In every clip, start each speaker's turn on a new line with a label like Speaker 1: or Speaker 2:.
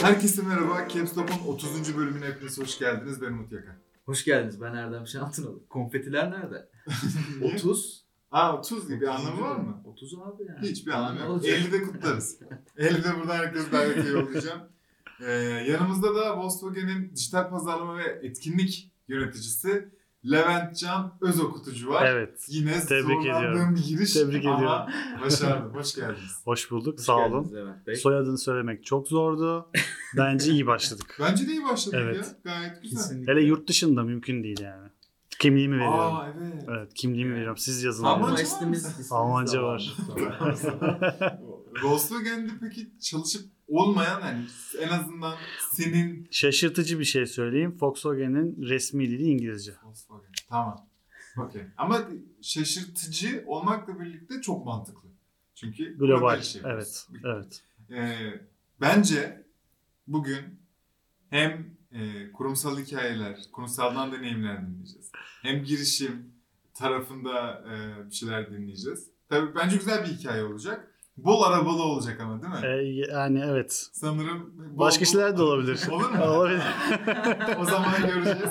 Speaker 1: Herkese merhaba. Caps Lock'un 30. bölümüne hepiniz hoş geldiniz. Ben Umut Yakan.
Speaker 2: Hoş geldiniz. Ben Erdem Şantınalı. Konfetiler nerede? 30.
Speaker 1: 30 gibi bir anlamı var mı?
Speaker 2: 30 abi yani.
Speaker 1: Hiçbir anlamı yok. 50'de kutlarız. 50'de buradan herkes davetiye yollayacağım. Yanımızda da Volkswagen'in dijital pazarlama ve etkinlik yöneticisi Leventcan Özokutucu var.
Speaker 3: Evet.
Speaker 1: Yine
Speaker 3: tebrik ediyorum.
Speaker 1: Bir giriş
Speaker 3: Tebrik
Speaker 1: ama
Speaker 3: ediyorum.
Speaker 1: başardım. Hoş geldiniz.
Speaker 3: Hoş bulduk.
Speaker 2: Hoş
Speaker 3: Sağ
Speaker 2: geldiniz
Speaker 3: olun.
Speaker 2: Levent Bey.
Speaker 3: Soyadını söylemek çok zordu. Bence iyi başladık.
Speaker 1: Bence de iyi başladık
Speaker 3: Evet.
Speaker 1: ya. Gayet güzel.
Speaker 2: Kesinlikle.
Speaker 3: Hele yurt dışında mümkün değil yani. Kimliğimi veriyorum.
Speaker 1: Evet.
Speaker 3: Evet, kimliğimi veriyorum. Siz yazın.
Speaker 1: Almanca
Speaker 2: Ama
Speaker 1: var
Speaker 2: ismimiz
Speaker 3: Almanca
Speaker 2: de
Speaker 3: var.
Speaker 1: Volkswagen'de peki çalışıp olmayan hani en azından senin
Speaker 3: Şaşırtıcı bir şey söyleyeyim. Volkswagen'in resmi dili İngilizce.
Speaker 1: Volkswagen. Tamam. Okey. Ama şaşırtıcı olmakla birlikte çok mantıklı. Çünkü
Speaker 3: Global.
Speaker 1: iş
Speaker 3: Evet.
Speaker 1: yapıyoruz.
Speaker 3: Evet.
Speaker 1: Bence bugün hem kurumsal hikayeler, kurumsaldan deneyimler dinleyeceğiz. Hem girişim tarafında bir şeyler dinleyeceğiz. Tabii bence güzel bir hikaye olacak. Bol arabalı olacak ama değil mi?
Speaker 3: Yani evet.
Speaker 1: Sanırım
Speaker 3: Başka şeyler de olabilir.
Speaker 1: Olur mu?
Speaker 3: Olabilir.
Speaker 1: O zaman göreceğiz.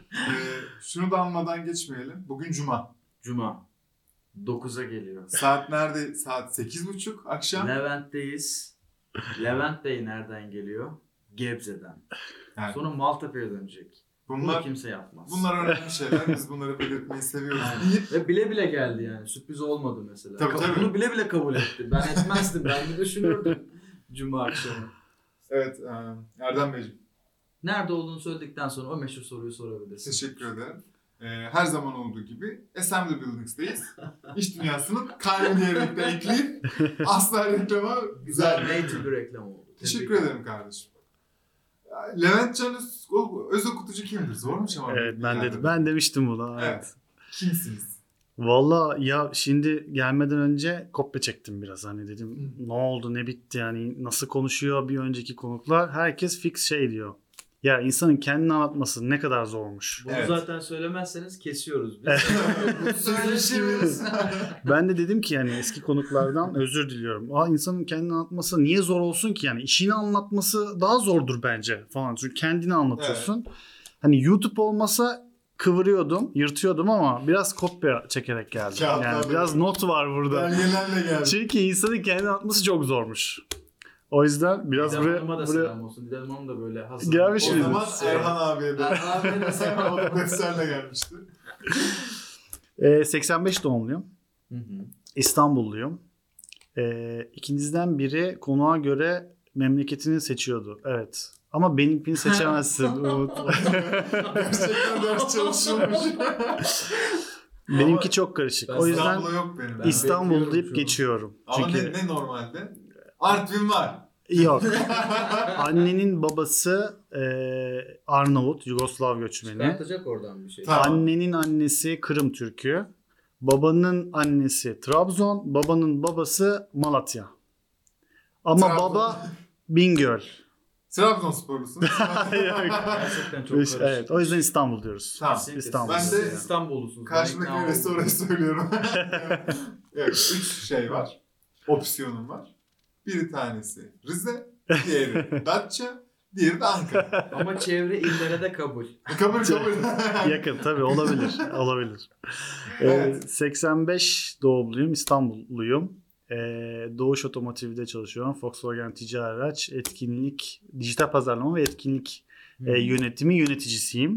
Speaker 1: Şunu da anmadan geçmeyelim. Bugün Cuma.
Speaker 2: Cuma. 9'a geliyor.
Speaker 1: Saat nerede? Saat 8.30 akşam.
Speaker 2: Levent'teyiz. Levent Bey nereden geliyor? Gebze'den.
Speaker 1: Yani
Speaker 2: Sonra Maltepe'ye dönecek. Bunu
Speaker 1: bunlar
Speaker 2: kimse yapmaz.
Speaker 1: önemli şeyler. Biz bunları belirtmeyi seviyoruz.
Speaker 2: Ve bile bile geldi yani. Sürpriz olmadı mesela.
Speaker 1: Tabii.
Speaker 2: Bunu bile bile kabul etti. Ben etmezdim. Ben de düşünürdüm. Cuma akşamı.
Speaker 1: Evet. Erdem Beyciğim.
Speaker 2: Nerede olduğunu söyledikten sonra o meşhur soruyu sorabilirsin.
Speaker 1: Teşekkür ederim. Her zaman olduğu gibi Assembly Buildings'teyiz. İş dünyasının kalbi diyerek de ekleyip asla reklama
Speaker 2: Güzel, native bir reklam oldu.
Speaker 1: Teşekkür ederim kardeşim. Leventcan Özokutucu kimdir? Zormuş ama.
Speaker 3: Evet, ben demiştim bunu.
Speaker 1: Evet. Kimsiniz?
Speaker 3: Valla ya şimdi gelmeden önce kopya çektim biraz. Hani dedim ne oldu ne bitti yani nasıl konuşuyor bir önceki konuklar. Herkes fix şey diyor. Ya insanın kendini anlatması ne kadar zormuş.
Speaker 2: Bunu
Speaker 1: Evet.
Speaker 2: zaten söylemezseniz kesiyoruz biz.
Speaker 1: Söyleşimiz.
Speaker 3: Ben de dedim ki yani eski konuklardan özür diliyorum. İnsanın kendini anlatması niye zor olsun ki yani işini anlatması daha zordur bence falan. Çünkü kendini anlatıyorsun. Hani YouTube olmasa kıvırıyordum, yırtıyordum ama biraz kopya çekerek geldim.
Speaker 1: Kağıtlar
Speaker 3: Yani
Speaker 1: da-
Speaker 3: biraz not var burada.
Speaker 1: Belgelerle geldi.
Speaker 3: Çünkü insanın kendini anlatması çok zormuş. O yüzden biraz
Speaker 2: Didem Hanım'a da
Speaker 3: buraya
Speaker 2: selam olsun. Didem Hanım da böyle hazır.
Speaker 3: Gelmiş
Speaker 1: O
Speaker 3: miydi?
Speaker 1: zaman Erhan abiye de.
Speaker 2: Erhan abiye de selam.
Speaker 1: O da defterle gelmişti.
Speaker 3: 85 doğumluyum.
Speaker 2: Hı hı.
Speaker 3: İstanbulluyum. İkinizden biri konuğa göre memleketini seçiyordu. Evet. Ama benimkini seçemezsin Umut.
Speaker 1: Gerçekten ders çalışıyormuş.
Speaker 3: Benimki çok karışık.
Speaker 2: Ben
Speaker 3: O yüzden
Speaker 1: İstanbul'da yok benim.
Speaker 2: Ben
Speaker 3: İstanbul
Speaker 2: bekliyorum
Speaker 3: deyip
Speaker 2: şu an.
Speaker 3: geçiyorum.
Speaker 1: Ama
Speaker 3: Çünkü
Speaker 1: ne normalde? Artvin var.
Speaker 3: yok. Annenin babası Arnavut, Yugoslav göçmeni.
Speaker 2: Çıkartacak oradan bir şey.
Speaker 1: Tamam.
Speaker 3: Annenin annesi Kırım Türk'ü. Babanın annesi Trabzon. Babanın babası Malatya. Ama
Speaker 1: Trabzon.
Speaker 3: baba Bingöl.
Speaker 1: Trabzonsporlusun.
Speaker 2: Gerçekten çok karışık.
Speaker 3: Evet, o yüzden İstanbul diyoruz.
Speaker 1: Tamam.
Speaker 2: Kesinlikle.
Speaker 3: İstanbul.
Speaker 1: Ben de
Speaker 2: İstanbullusunuz.
Speaker 1: Karşımdaki
Speaker 2: Ben ikna
Speaker 1: restoranı
Speaker 2: oldum.
Speaker 1: söylüyorum. Evet, 3 şey var. Opsiyonum var. Bir tanesi Rize, diğeri Datça, diğeri de Ankara.
Speaker 2: Ama çevre illere de kabul.
Speaker 1: Kabul.
Speaker 3: Yakın tabii olabilir. Olabilir.
Speaker 1: Evet.
Speaker 3: 85 doğumluyum, İstanbulluyum. Doğuş Otomotiv'de çalışıyorum. Volkswagen ticari araç, etkinlik, dijital pazarlama ve etkinlik yönetimi yöneticisiyim.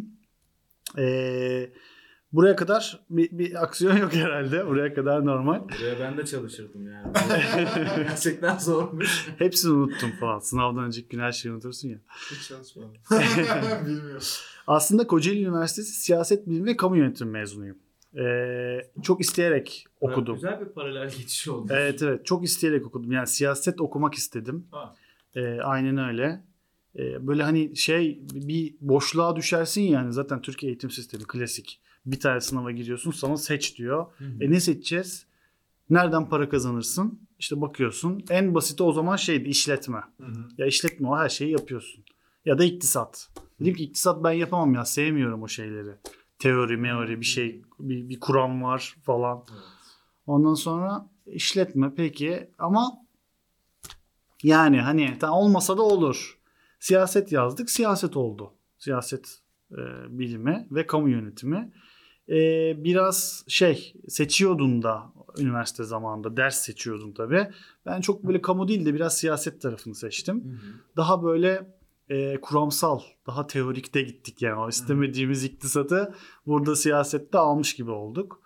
Speaker 3: Buraya kadar bir aksiyon yok herhalde. Buraya kadar normal.
Speaker 2: Buraya ben de çalışırdım yani. Gerçekten zormuş.
Speaker 3: Hepsini unuttum falan. Sınavdan önceki gün her şeyi unutursun ya.
Speaker 1: Hiç çalışmadım. Bilmiyorum.
Speaker 3: Aslında Kocaeli Üniversitesi Siyaset Bilimi ve Kamu Yönetimi mezunuyum. Çok isteyerek okudum.
Speaker 2: Güzel bir paralel geçiş olmuş.
Speaker 3: Evet. Çok isteyerek okudum. Yani siyaset okumak istedim.
Speaker 1: Ha.
Speaker 3: Aynen öyle. Böyle hani bir boşluğa düşersin yani. Zaten Türkiye eğitim sistemi klasik. Bir tane sınava giriyorsun sana seç diyor.
Speaker 2: Hı hı.
Speaker 3: Ne seçeceğiz? Nereden para kazanırsın? İşte bakıyorsun. En basiti o zaman işletme.
Speaker 1: Hı hı.
Speaker 3: Ya işletme o her şeyi yapıyorsun. Ya da iktisat. Dedim ki iktisat ben yapamam ya. Sevmiyorum o şeyleri. Teori, meori bir şey. Bir kuram var falan.
Speaker 2: Evet.
Speaker 3: Ondan sonra işletme peki ama yani hani olmasa da olur. Siyaset yazdık. Siyaset oldu. Siyaset bilimi ve kamu yönetimi. Biraz seçiyordun da üniversite zamanında. Ders seçiyordun tabii. Ben çok böyle kamu değil de biraz siyaset tarafını seçtim. Daha böyle kuramsal, daha teorikte gittik yani. O istemediğimiz iktisatı burada siyasette almış gibi olduk.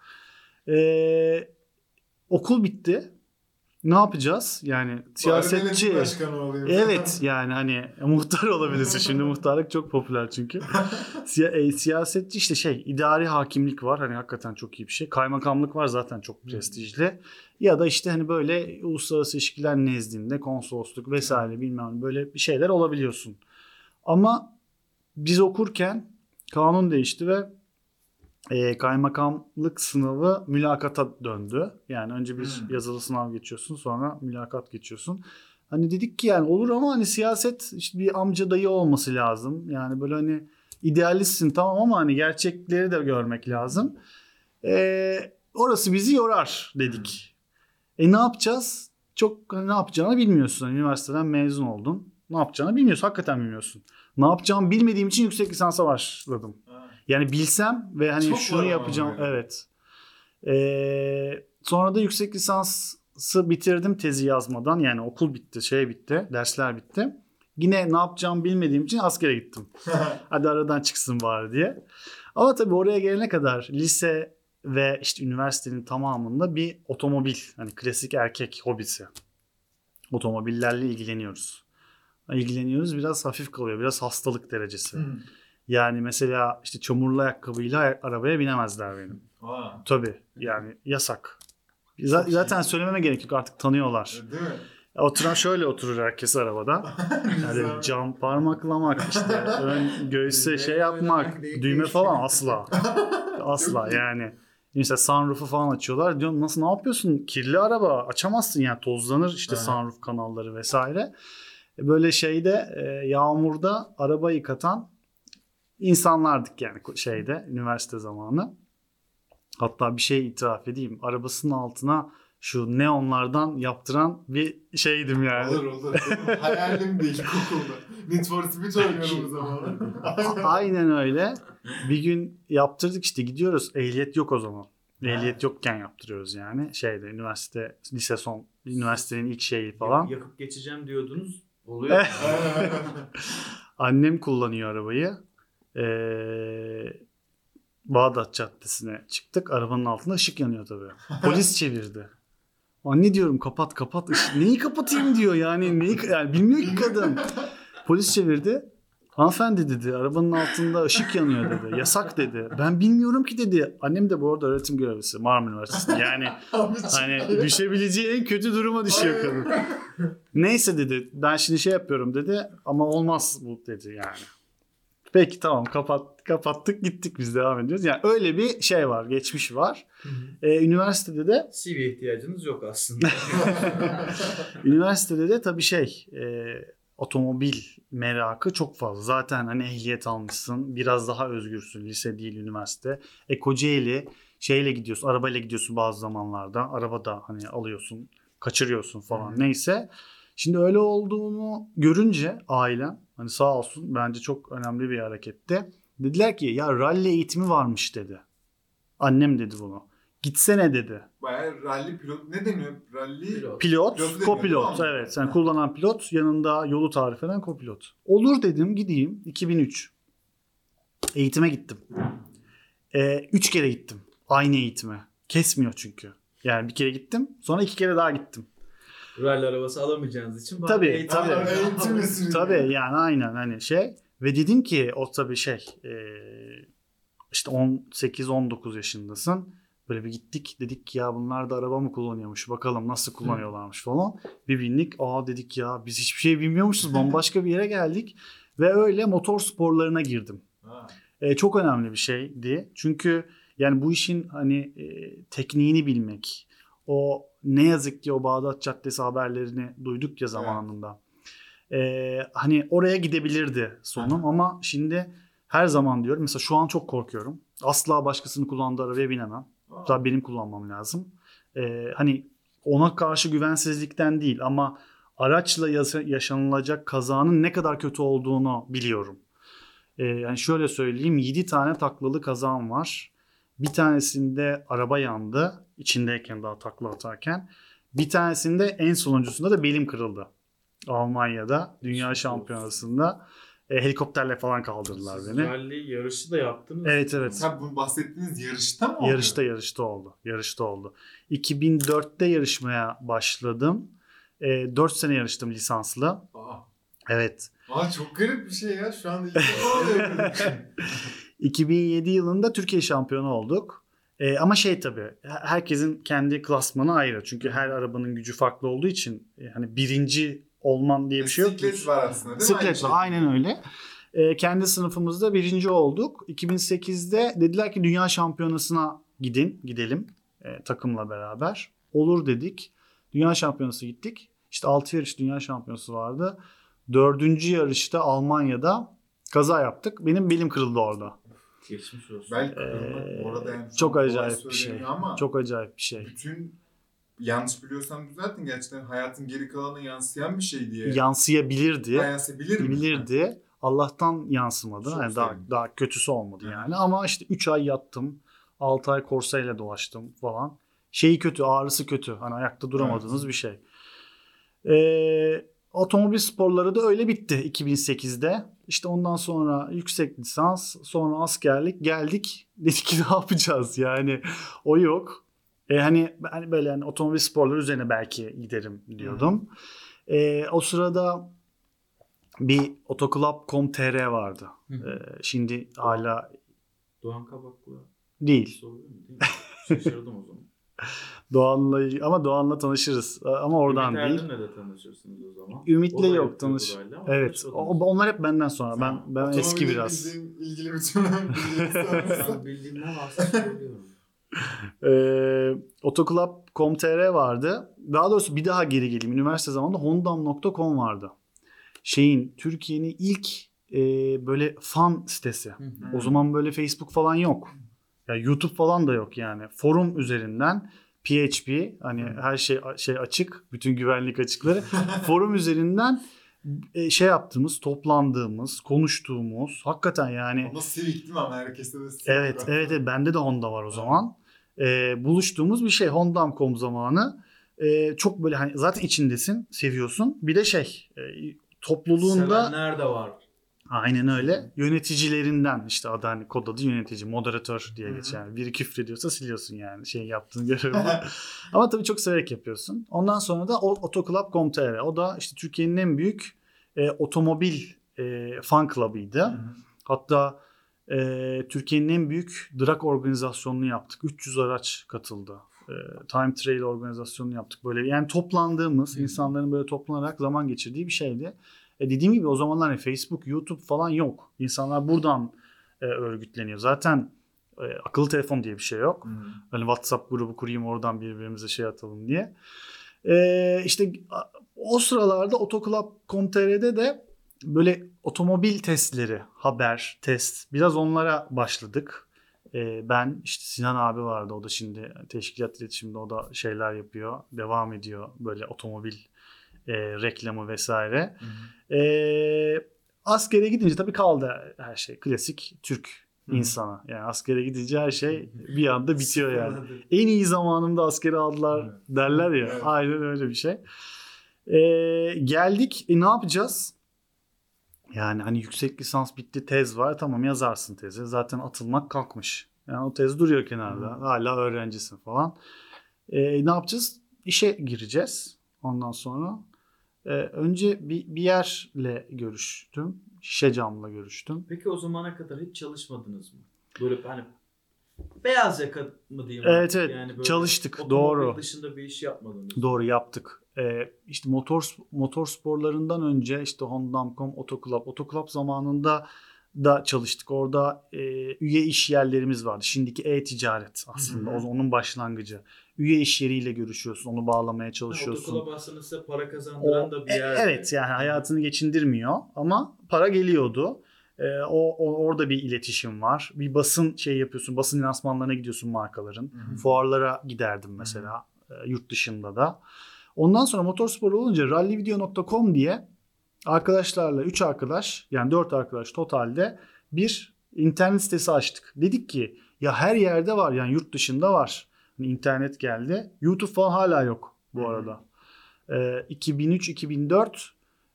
Speaker 3: Okul bitti. Ne yapacağız? Yani siyasetçi. Evet yani hani muhtar olabilirsin. Şimdi muhtarlık çok popüler çünkü. Siyasetçi işte idari hakimlik var. Hani hakikaten çok iyi bir şey. Kaymakamlık var zaten çok prestijli. Ya da işte hani böyle uluslararası ilişkiler nezdinde konsolosluk vesaire bilmem böyle bir şeyler olabiliyorsun. Ama biz okurken kanun değişti ve kaymakamlık sınavı mülakata döndü. Yani önce bir yazılı sınav geçiyorsun, sonra mülakat geçiyorsun. Hani dedik ki yani olur ama hani siyaset işte bir amca dayı olması lazım. Yani böyle hani idealistsin tamam ama hani gerçekleri de görmek lazım. Orası bizi yorar dedik. Ne yapacağız? Çok ne yapacağını bilmiyorsun. Yani üniversiteden mezun oldun. Ne yapacağını bilmiyorsun. Hakikaten bilmiyorsun. Ne yapacağımı bilmediğim için yüksek lisansa başladım. Yani bilsem ve hani çok şunu yapacağım. Evet. Sonra da yüksek lisansı bitirdim tezi yazmadan. Yani okul bitti, bitti, dersler bitti. Yine ne yapacağımı bilmediğim için askere gittim. Hadi aradan çıksın bari diye. Ama tabii oraya gelene kadar lise ve işte üniversitenin tamamında bir otomobil, hani klasik erkek hobisi. Otomobillerle ilgileniyoruz. Biraz hafif kalıyor, biraz hastalık derecesi. Yani mesela işte çamurlu ayakkabıyla arabaya binemezler benim. Tabii yani yasak. Zaten söylememe gerek yok artık tanıyorlar.
Speaker 1: Değil mi?
Speaker 3: Oturan şöyle oturur herkes arabada. Yani cam parmaklamak işte ön göğüse yapmak düğme falan asla. Asla yani. Mesela sunroof'u falan açıyorlar. Diyorum nasıl ne yapıyorsun? Kirli araba açamazsın yani tozlanır işte sunroof kanalları vesaire. Böyle yağmurda araba yıkatan insanlardık yani üniversite zamanı. Hatta bir şey itiraf edeyim. Arabasının altına şu neonlardan yaptıran bir şeydim yani.
Speaker 1: Olur. Hayalim değil ilkokulda. Need for Speed oynuyorum o zaman.
Speaker 3: Aynen öyle. Bir gün yaptırdık işte gidiyoruz. Ehliyet yok o zaman. Ehliyet yokken yaptırıyoruz yani. Üniversite, lise son, üniversitenin ilk şeyi falan.
Speaker 2: Yakıp geçeceğim diyordunuz. Oluyor.
Speaker 3: Annem kullanıyor arabayı. Bağdat Caddesi'ne çıktık. Arabanın altında ışık yanıyor tabii. Polis çevirdi. Anne diyorum kapat ışık. Neyi kapatayım diyor yani. Yani bilmiyor ki kadın. Polis çevirdi. Hanımefendi dedi arabanın altında ışık yanıyor dedi. Yasak dedi. Ben bilmiyorum ki dedi. Annem de bu arada öğretim görevlisi Marmara Üniversitesi'nde. Yani hani düşebileceği en kötü duruma düşüyor kadın. Neyse dedi. Ben şimdi yapıyorum dedi. Ama olmaz bu dedi yani. Peki tamam kapattık gittik biz devam ediyoruz. Yani öyle bir var geçmiş var. Üniversitede de
Speaker 2: CV'ye ihtiyacınız yok aslında.
Speaker 3: Üniversitede de tabii otomobil merakı çok fazla. Zaten hani ehliyet almışsın biraz daha özgürsün lise değil üniversite. Kocaeli gidiyorsun arabayla gidiyorsun bazı zamanlarda. Arabada hani alıyorsun kaçırıyorsun falan neyse. Şimdi öyle olduğunu görünce ailem hani sağ olsun bence çok önemli bir hareketti. Dediler ki ya rally eğitimi varmış dedi. Annem dedi bunu. Gitsene dedi.
Speaker 1: Bayağı rally pilot ne deniyor? Rally
Speaker 3: pilot kopilot. Evet sen kullanan pilot yanında yolu tarif eden kopilot. Olur dedim gideyim 2003. Eğitime gittim. 3 kere gittim. Aynı eğitime. Kesmiyor çünkü. Yani bir kere gittim sonra 2 kere daha gittim.
Speaker 2: Rally arabası alamayacağınız için
Speaker 3: tabii. Tabii yani aynen hani ve dedim ki o tabii işte 18-19 yaşındasın. Böyle bir gittik dedik ki ya bunlar da araba mı kullanıyormuş bakalım nasıl kullanıyorlarmış falan. Bir bindik dedik ya biz hiçbir şey bilmiyormuşuz bambaşka bir yere geldik. Ve öyle motor sporlarına girdim. Çok önemli bir şeydi. Çünkü yani bu işin hani tekniğini bilmek. O ne yazık ki o Bağdat Caddesi haberlerini duyduk ya zamanında. Hani oraya gidebilirdi sonum ama şimdi her zaman diyorum mesela şu an çok korkuyorum. Asla başkasının kullandığı arabaya binemem. Tabii benim kullanmam lazım. Hani ona karşı güvensizlikten değil ama araçla yaşanılacak kazanın ne kadar kötü olduğunu biliyorum. Yani şöyle söyleyeyim, 7 tane taklalı kazam var. Bir tanesinde araba yandı içindeyken, daha takla atarken. Bir tanesinde en sonuncusunda da belim kırıldı. Almanya'da Dünya Şampiyonası'nda helikopterle falan kaldırdılar beni.
Speaker 2: Rally yarışı da yaptınız.
Speaker 3: Evet.
Speaker 1: Sen bunu bahsettiğiniz yarışta mı oldu?
Speaker 3: Yarışta oldu. 2004'te yarışmaya başladım. 4 sene yarıştım lisanslı.
Speaker 1: Aa.
Speaker 3: Evet.
Speaker 1: Çok garip bir şey ya. Şu anda ilk defa oluyor böyle bir şey.
Speaker 3: 2007 yılında Türkiye şampiyonu olduk. Ama tabii herkesin kendi klasmanı ayrı. Çünkü her arabanın gücü farklı olduğu için hani birinci olman diye bir şey yok.
Speaker 1: Siklet var aslında değil mi?
Speaker 3: Siklet var, aynen öyle. Kendi sınıfımızda birinci olduk. 2008'de dediler ki dünya şampiyonasına gidelim takımla beraber. Olur dedik. Dünya şampiyonası gittik. İşte 6 yarış dünya şampiyonası vardı. 4. yarışta Almanya'da kaza yaptık. Benim belim kırıldı orada.
Speaker 2: Geçmiş olsun.
Speaker 1: Belki kırılmak orada yani
Speaker 3: çok acayip bir şey.
Speaker 1: Ama
Speaker 3: çok acayip bir şey.
Speaker 1: bütün, yanlış biliyorsam düzeltin, gerçekten hayatın geri kalanına yansıyan bir şey diye.
Speaker 3: Yansıyabilirdi. Allah'tan yansımadı. Yani daha kötüsü olmadı yani. Ama işte 3 ay yattım. 6 ay korsayla dolaştım falan. Kötü, ağrısı kötü. Hani ayakta duramadığınız bir şey. Otomobil sporları da öyle bitti 2008'de. İşte ondan sonra yüksek lisans, sonra askerlik, geldik. Dedik ki ne yapacağız yani, o yok. Hani böyle yani otomobil sporları üzerine belki giderim diyordum. O sırada bir Otoclub.com.tr vardı. Şimdi hala
Speaker 2: Doğan Kabak'la
Speaker 3: değil.
Speaker 2: Şaşırdım o zaman.
Speaker 3: Doğan'la tanışırız. Ama oradan
Speaker 2: Ümit
Speaker 3: değil.
Speaker 2: Erdem'le de tanışırsınız o zaman.
Speaker 3: Ümit'le yok tanış. Evet. Onlar hep benden sonra. Ben eski biraz.
Speaker 1: İlgili bütün
Speaker 2: Ben bildiğim ne varsa söylüyorum.
Speaker 3: Otoclub.com.tr vardı. Daha doğrusu bir daha geri geleyim. Üniversite zamanında Hondam.com vardı. Türkiye'nin ilk böyle fan sitesi. O zaman böyle Facebook falan yok. Ya YouTube falan da yok yani. Forum üzerinden PHP, hani her şey açık, bütün güvenlik açıkları. Forum üzerinden toplandığımız, konuştuğumuz, hakikaten yani.
Speaker 1: Onda Civic değil mi ama herkeste de Civic.
Speaker 3: Evet, bende de Honda var o zaman. Buluştuğumuz bir şey, Hondam.com zamanı. Çok böyle hani zaten içindesin, seviyorsun. Bir de topluluğunda
Speaker 2: sevenler de var.
Speaker 3: Aynen öyle. Yöneticilerinden, işte adı hani kod adı yönetici, moderatör diye geçer. Yani biri küfrediyorsa siliyorsun yani yaptığın görevi. Ama tabii çok severek yapıyorsun. Ondan sonra da Otoclub.com.tr. O da işte Türkiye'nin en büyük otomobil fan club'ıydı. Hatta Türkiye'nin en büyük drag organizasyonunu yaptık. 300 araç katıldı. Time Trail organizasyonunu yaptık. Böyle yani toplandığımız, insanların böyle toplanarak zaman geçirdiği bir şeydi. Dediğim gibi o zamanlar hani Facebook, YouTube falan yok. İnsanlar buradan örgütleniyor. Zaten akıllı telefon diye bir şey yok. Hani WhatsApp grubu kurayım, oradan birbirimize atalım diye. İşte o sıralarda Otoclub.com.tr'de de böyle otomobil testleri, haber, test, biraz onlara başladık. Ben işte Sinan abi vardı, o da şimdi teşkilat iletişiminde, o da şeyler yapıyor, devam ediyor böyle otomobil reklamı vesaire. Askere gidince tabii kaldı her şey. Klasik Türk insana. Yani askere gidince her şey bir anda bitiyor yani. En iyi zamanımda askere aldılar derler ya. Evet. Aynen öyle bir şey. Geldik. Ne yapacağız? Yani hani yüksek lisans bitti, tez var. Tamam, yazarsın tezi. Zaten atılmak kalkmış. Yani o tez duruyor kenarda. Hala öğrencisin falan. Ne yapacağız? İşe gireceğiz. Ondan sonra önce bir yerle görüştüm. Şişe camla görüştüm.
Speaker 2: Peki o zamana kadar hiç çalışmadınız mı? Böyle hani beyaz yaka mı diyeyim?
Speaker 3: Evet.
Speaker 2: Yani böyle
Speaker 3: çalıştık. Doğru.
Speaker 2: Otomobil dışında bir iş yapmadınız.
Speaker 3: Doğru, yaptık. İşte motor sporlarından önce işte Hondam.com, Otoclub zamanında da çalıştık. Orada üye iş yerlerimiz vardı. Şimdiki e-ticaret aslında. Onun başlangıcı. Üye iş yeriyle görüşüyorsun. Onu bağlamaya çalışıyorsun.
Speaker 2: Otoclub aslında size para kazandıran da bir yer.
Speaker 3: Evet, yani hayatını geçindirmiyor ama para geliyordu. Orada bir iletişim var. Bir basın yapıyorsun. Basın lansmanlarına gidiyorsun markaların. Fuarlara giderdim mesela. Yurt dışında da. Ondan sonra motorspor olunca rallyvideo.com diye arkadaşlarla 3 arkadaş yani 4 arkadaş totalde bir internet sitesi açtık. Dedik ki ya her yerde var yani yurt dışında var. Hani internet geldi. YouTube falan hala yok bu arada. 2003-2004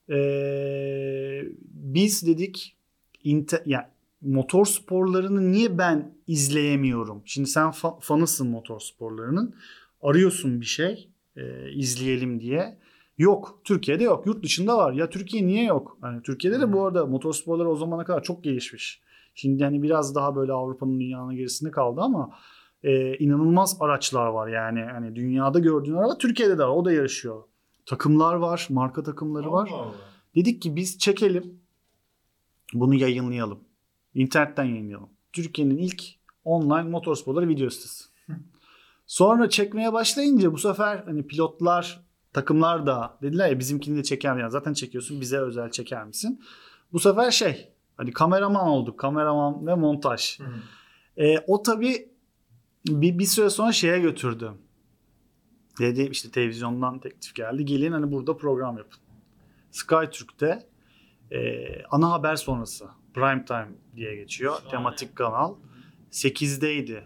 Speaker 3: biz dedik yani motor sporlarını niye ben izleyemiyorum? Şimdi sen fanısın motor sporlarının. Arıyorsun bir şey izleyelim diye. Yok. Türkiye'de yok. Yurt dışında var. Ya Türkiye niye yok? Hani Türkiye'de de bu arada motor sporları o zamana kadar çok gelişmiş. Şimdi hani biraz daha böyle Avrupa'nın dünyanın gerisinde kaldı ama inanılmaz araçlar var yani. Hani dünyada gördüğün araba Türkiye'de de var. O da yarışıyor. Takımlar var. Marka takımları var.
Speaker 1: Allah Allah.
Speaker 3: Dedik ki biz çekelim. Bunu yayınlayalım. İnternetten yayınlayalım. Türkiye'nin ilk online motorsporları video sitesi. Sonra çekmeye başlayınca bu sefer hani pilotlar, takımlar da dediler ya bizimkini de çeker misin? Zaten çekiyorsun, bize özel çeker misin? Bu sefer hani kameraman olduk. Kameraman ve montaj. O tabii bir süre sonra şeye götürdü. Dedi işte televizyondan teklif geldi. Gelin hani burada program yapın. SkyTürk'te ana haber sonrası prime time diye geçiyor.
Speaker 2: Şahane.
Speaker 3: Tematik kanal. 8'deydi.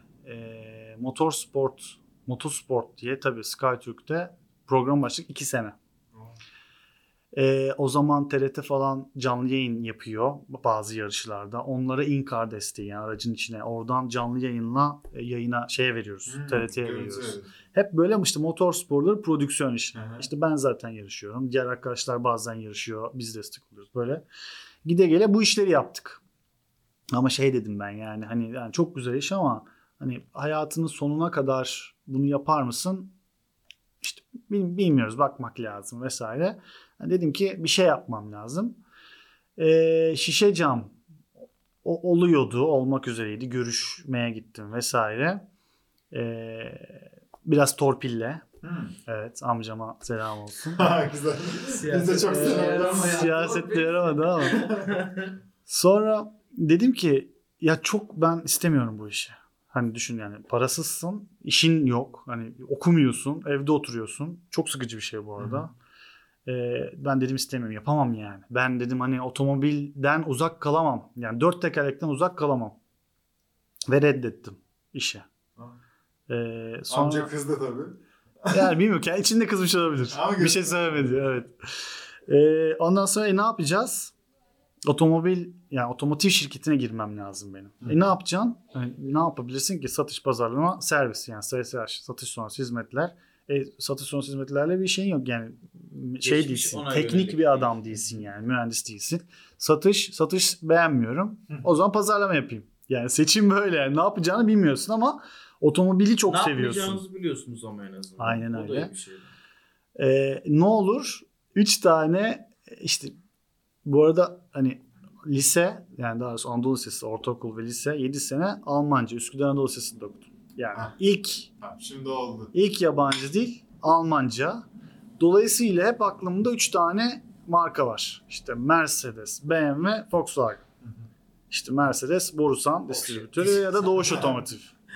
Speaker 3: Motorsport diye tabii SkyTürk'te program başladık 2 sene. O zaman TRT falan canlı yayın yapıyor bazı yarışlarda. Onlara in-car desteği yani aracın içine. Oradan canlı yayına veriyoruz. TRT'ye veriyoruz.
Speaker 1: Evet.
Speaker 3: Hep böyle işte motor sporları prodüksiyon işi.
Speaker 1: Hı hı.
Speaker 3: İşte ben zaten yarışıyorum. Diğer arkadaşlar bazen yarışıyor. Biz destek oluyoruz böyle. Gide gele bu işleri yaptık. Ama dedim ben yani çok güzel iş ama hani hayatının sonuna kadar bunu yapar mısın? İşte bilmiyoruz, bakmak lazım vesaire. Yani dedim ki bir şey yapmam lazım. Şişe cam olmak üzereydi. Görüşmeye gittim vesaire. Biraz torpille. Evet, amcama selam olsun.
Speaker 1: Güzel. Biz de çok selam.
Speaker 3: Siyasette yaramadı ama. Sonra dedim ki ya çok ben istemiyorum bu işi. Hani düşün yani parasızsın, işin yok. Hani okumuyorsun, evde oturuyorsun. Çok sıkıcı bir şey bu arada. Ben dedim istemiyorum, yapamam yani. Ben dedim hani otomobilden uzak kalamam. Yani 4 tekerlekten uzak kalamam. Ve reddettim işi. Sonra...
Speaker 1: Amca kızdı tabii.
Speaker 3: Yani bilmiyorum ki içinde kızmış olabilir. Bir şey söylemedi, evet. Ondan sonra ne yapacağız? Otomotiv şirketine girmem lazım benim. Ne yapacaksın? Ne yapabilirsin ki? Satış, pazarlama, servis yani SSH, satış sonrası hizmetler. Satış sonrası hizmetlerle bir şeyin yok yani değilsin. Teknik bir adam değilsin yani, mühendis değilsin. Satış beğenmiyorum. O zaman pazarlama yapayım. Yani seçim böyle yani ne yapacağını bilmiyorsun ama otomobili çok seviyorsun.
Speaker 2: Ne yapacağınızı biliyorsunuz ama en azından.
Speaker 3: Aynen
Speaker 2: o
Speaker 3: öyle.
Speaker 2: da iyi bir şey.
Speaker 3: Ne olur 3 tane işte bu arada hani lise yani daha doğrusu Anadolu Lisesi, ortaokul ve lise 7 sene Almanca Üsküdar Anadolu Lisesi'nde okudum. Yani
Speaker 1: Şimdi oldu.
Speaker 3: İlk yabancı dil Almanca. Dolayısıyla hep aklımda 3 tane marka var. İşte Mercedes, BMW, Volkswagen. İşte Mercedes, Borusan distribütörü ya da Doğuş Otomotiv.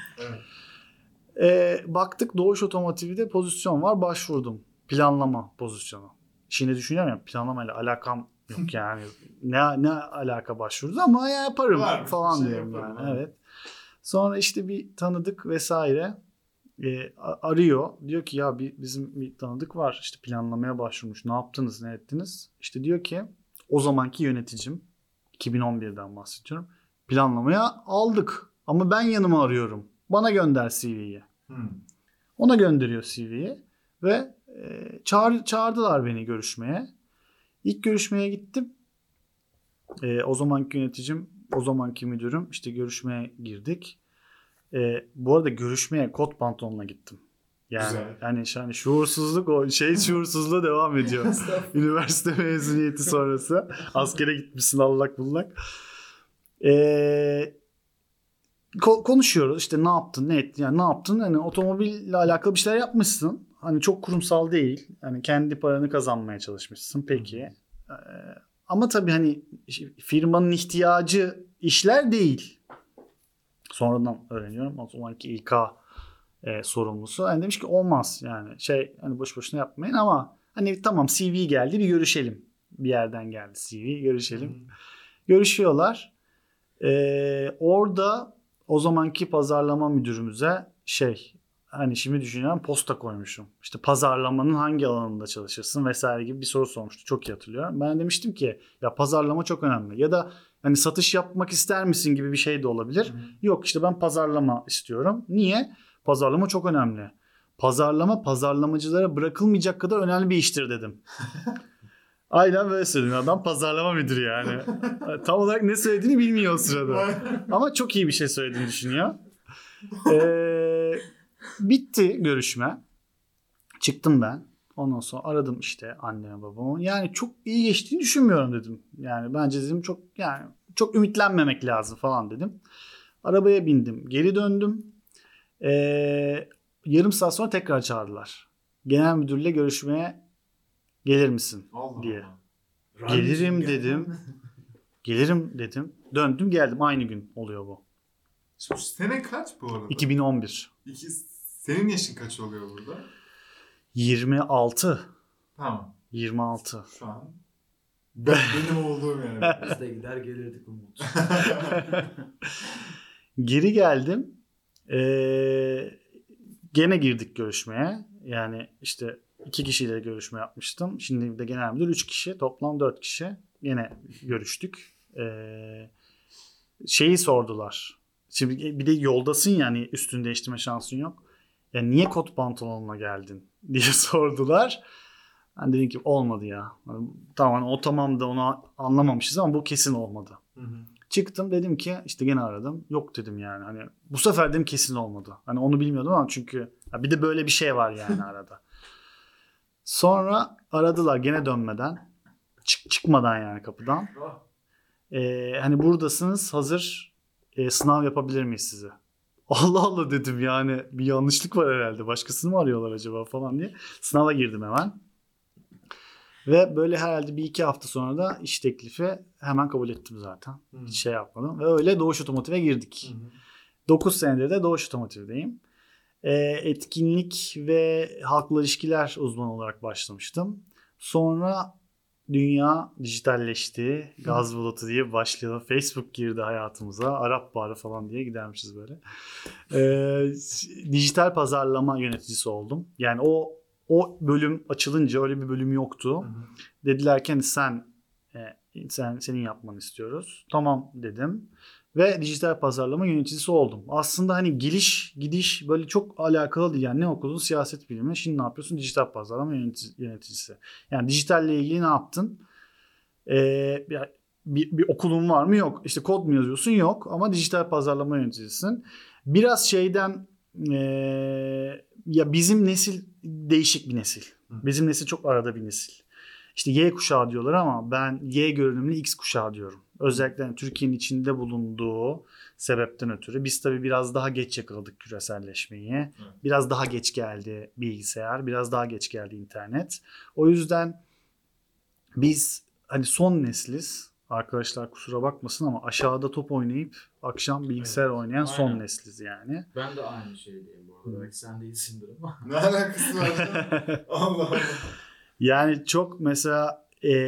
Speaker 1: Evet.
Speaker 3: Baktık Doğuş Otomotiv'de pozisyon var, başvurdum. Planlama pozisyonu. Şimdi düşünüyorum ya planlamayla alakam yok yani. ne alaka başvurdu ama ya yaparım
Speaker 1: Var,
Speaker 3: falan diyorum
Speaker 1: yaparım,
Speaker 3: yani. Evet. Sonra işte bir tanıdık vesaire arıyor. Diyor ki ya bizim bir tanıdık var. İşte planlamaya başvurmuş. Ne yaptınız, ne ettiniz? İşte diyor ki o zamanki yöneticim 2011'den bahsediyorum. Planlamaya aldık. Ama ben yanıma arıyorum. Bana gönder CV'yi. Ona gönderiyor CV'yi ve çağırdılar beni görüşmeye. İlk görüşmeye gittim. O zamanki yöneticim, o zamanki müdürüm işte görüşmeye girdik. Bu arada görüşmeye kot pantolonla gittim. Yani şuursuzluk şuursuzluğa devam ediyor. Üniversite mezuniyeti sonrası. Askere gitmişsin allak bullak. Konuşuyoruz işte ne yaptın ne ettin yani ne yaptın hani otomobille alakalı bir şeyler yapmışsın. Hani çok kurumsal değil. Hani kendi paranı kazanmaya çalışmışsın peki. Ama tabii hani firmanın ihtiyacı işler değil. Sonradan öğreniyorum. O zamanki İK sorumlusu. Yani demiş ki olmaz yani hani boş boşuna yapmayın ama hani tamam CV geldi bir görüşelim. Bir yerden geldi CV görüşelim. Görüşüyorlar. Orada o zamanki pazarlama müdürümüze hani şimdi düşünüyorum posta koymuşum. İşte pazarlamanın hangi alanında çalışırsın vesaire gibi bir soru sormuştu. Çok iyi hatırlıyorum. Ben demiştim ki ya pazarlama çok önemli. Ya da hani satış yapmak ister misin gibi bir şey de olabilir. Yok işte ben pazarlama istiyorum. Niye? Pazarlama çok önemli. Pazarlamacılara bırakılmayacak kadar önemli bir iştir dedim. Aynen böyle söylüyor. Adam pazarlama müdürü yani. Tam olarak ne söylediğini bilmiyor o sırada. Ama çok iyi bir şey söylediğini düşünüyor. Bitti görüşme. Çıktım ben. Ondan sonra aradım işte anneme babamı. Yani çok iyi geçtiğini düşünmüyorum dedim. Yani bence dedim çok ümitlenmemek lazım falan dedim. Arabaya bindim. Geri döndüm. Yarım saat sonra tekrar çağırdılar. Genel müdürle görüşmeye gelir misin diye. Gelirim dedim. Gelirim dedim. Döndüm geldim. Aynı gün oluyor bu.
Speaker 1: Şimdi sene kaç bu arada?
Speaker 3: 2011.
Speaker 1: Senin yaşın kaç oluyor burada?
Speaker 3: 26.
Speaker 1: Tamam.
Speaker 3: 26.
Speaker 1: Şu an benim olduğum yani.
Speaker 2: Biz de gider gelirdik Umut.
Speaker 3: Geri geldim. Gene girdik görüşmeye. Yani işte 2 kişiyle görüşme yapmıştım. Şimdi de genel müdür 3 kişi. Toplam 4 kişi. Gene görüştük. Şeyi sordular. Şimdi bir de yoldasın yani üstünü değiştirme şansın yok. Ya niye kot pantolonla geldin diye sordular. Ben dedim ki olmadı ya. Tamam o tamam da onu anlamamışız ama bu kesin olmadı. Çıktım dedim ki işte gene aradım. Yok dedim yani hani bu sefer dedim kesin olmadı. Hani onu bilmiyordum ama çünkü bir de böyle bir şey var yani arada. Sonra aradılar gene dönmeden. Çıkmadan yani kapıdan. Hani buradasınız hazır sınav yapabilir miyiz size? Allah Allah dedim yani bir yanlışlık var herhalde. Başkasını mı arıyorlar acaba falan diye. Sınava girdim hemen. Ve böyle herhalde 1-2 hafta sonra da iş teklifi hemen kabul ettim zaten. Hiç şey yapmadım. Ve öyle Doğuş Otomotiv'e girdik. 9 senedir de Doğuş Otomotiv'deyim. Etkinlik ve halkla ilişkiler uzmanı olarak başlamıştım. Sonra dünya dijitalleşti. Gaz bulutu diye başlayalım. Facebook girdi hayatımıza. Arap Baharı falan diye gidermişiz böyle. Dijital pazarlama yöneticisi oldum. Yani o bölüm açılınca öyle bir bölüm yoktu. Dediler ki hani senin yapmanı istiyoruz. Tamam dedim. Ve dijital pazarlama yöneticisi oldum. Aslında hani gidiş böyle çok alakalı değil. Yani ne okudun? Siyaset bilimi. Şimdi ne yapıyorsun? Dijital pazarlama yöneticisi. Yani dijitalle ilgili ne yaptın? Bir okulun var mı? Yok. İşte kod mu yazıyorsun? Yok. Ama dijital pazarlama yöneticisisin. Biraz şeyden ya bizim nesil değişik bir nesil. Bizim nesil çok arada bir nesil. İşte Y kuşağı diyorlar ama ben Y görünümlü X kuşağı diyorum. Özellikle Türkiye'nin içinde bulunduğu sebepten ötürü. Biz tabii biraz daha geç yakaladık küreselleşmeyi. Evet. Biraz daha geç geldi bilgisayar. Biraz daha geç geldi internet. O yüzden biz hani son nesliz. Arkadaşlar kusura bakmasın ama aşağıda top oynayıp akşam bilgisayar oynayan son nesliz yani.
Speaker 2: Ben de aynı şeydeyim bu arada. Belki sen değilsindir ama.
Speaker 1: Ne alakası var? Allah Allah.
Speaker 3: Yani çok mesela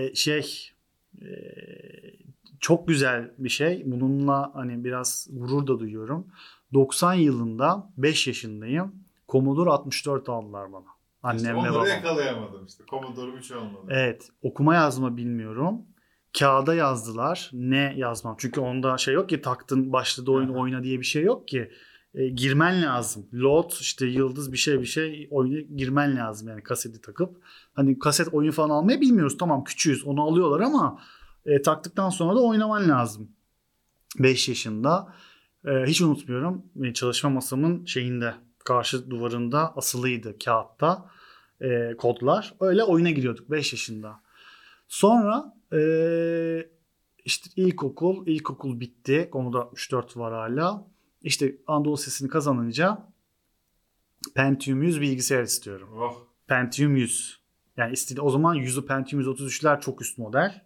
Speaker 3: çok güzel bir şey. Bununla hani biraz gurur da duyuyorum. 90 yılında 5 yaşındayım. Commodore 64 aldılar bana. Annem ve babam.
Speaker 1: Onları yakalayamadım işte. Commodore'um hiç olmadı.
Speaker 3: Evet. Okuma yazma bilmiyorum. Kağıda yazdılar. Ne yazmam? Çünkü onda şey yok ki taktın başladı oyun oyna diye bir şey yok ki. Girmen lazım. Load işte yıldız bir şey oyuna girmen lazım yani kaseti takıp. Hani kaset oyun falan almayı bilmiyoruz. Tamam küçüğüz onu alıyorlar ama taktıktan sonra da oynaman lazım. 5 yaşında. Hiç unutmuyorum. Çalışma masamın şeyinde karşı duvarında asılıydı kağıtta kodlar. Öyle oyuna giriyorduk 5 yaşında. Sonra işte ilkokul bitti. Commodore 64 var hala. İşte Anadolu Lisesi'ni kazanınca Pentium 100 bilgisayar istiyorum.
Speaker 1: Oh.
Speaker 3: Pentium 100. Yani o zaman 100'ü Pentium 133'ler çok üst model.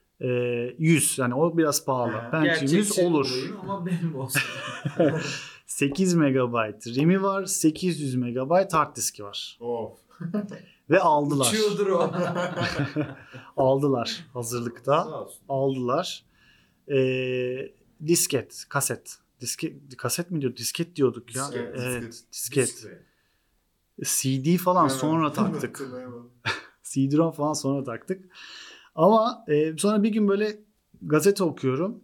Speaker 3: 100 yani o biraz pahalı. Pentium 100 olur.
Speaker 2: Ama benim olsun.
Speaker 3: 8 MB RAM'i var. 800 MB hard diski var.
Speaker 1: Of.
Speaker 3: Ve aldılar.
Speaker 2: Uçuyordur o.
Speaker 3: Aldılar hazırlıkta.
Speaker 2: Sağ olsun.
Speaker 3: Aldılar. Disket, kaset. Kaset mi diyor? Disket diyorduk ya.
Speaker 1: Disket,
Speaker 3: Evet, disket.
Speaker 2: Disket.
Speaker 3: CD falan
Speaker 1: Evet.
Speaker 3: sonra taktık.
Speaker 1: Hatırlayamadım.
Speaker 3: CD-ROM falan sonra taktık. Ama sonra bir gün böyle gazete okuyorum.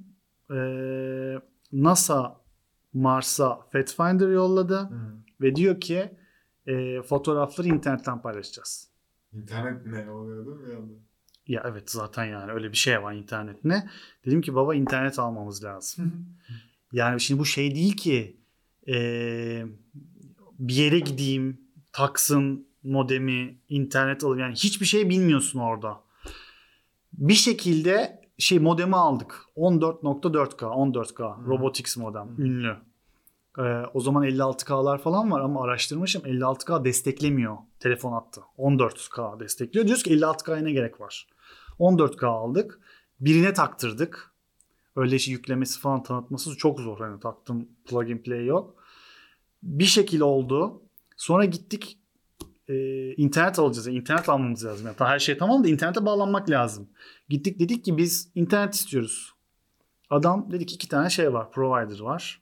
Speaker 3: NASA Mars'a Pathfinder yolladı
Speaker 1: Hı.
Speaker 3: ve diyor ki fotoğrafları internetten paylaşacağız.
Speaker 1: İnternet ne oluyor değil mi bir anda?
Speaker 3: Ya evet zaten yani öyle bir şey var internet ne? Dedim ki baba internet almamız lazım. Yani şimdi bu şey değil ki bir yere gideyim, taksın modemi, internet alayım. Yani hiçbir şey bilmiyorsun orada. Bir şekilde modemi aldık. 14.4K Robotics modem. Ünlü. O zaman 56K'lar falan var ama araştırmışım 56K desteklemiyor telefon hattı. 14K destekliyor. Diyoruz ki 56K'ya ne gerek var? 14K aldık. Birine taktırdık. Öyle yüklemesi falan tanıtması çok zor. Hani taktım plug and play yok. Bir şekil oldu. Sonra gittik internet alacağız. Yani internet almamız lazım. Yani her şey tamam da internete bağlanmak lazım. Gittik dedik ki biz internet istiyoruz. Adam dedi ki 2 tane şey var. Provider var.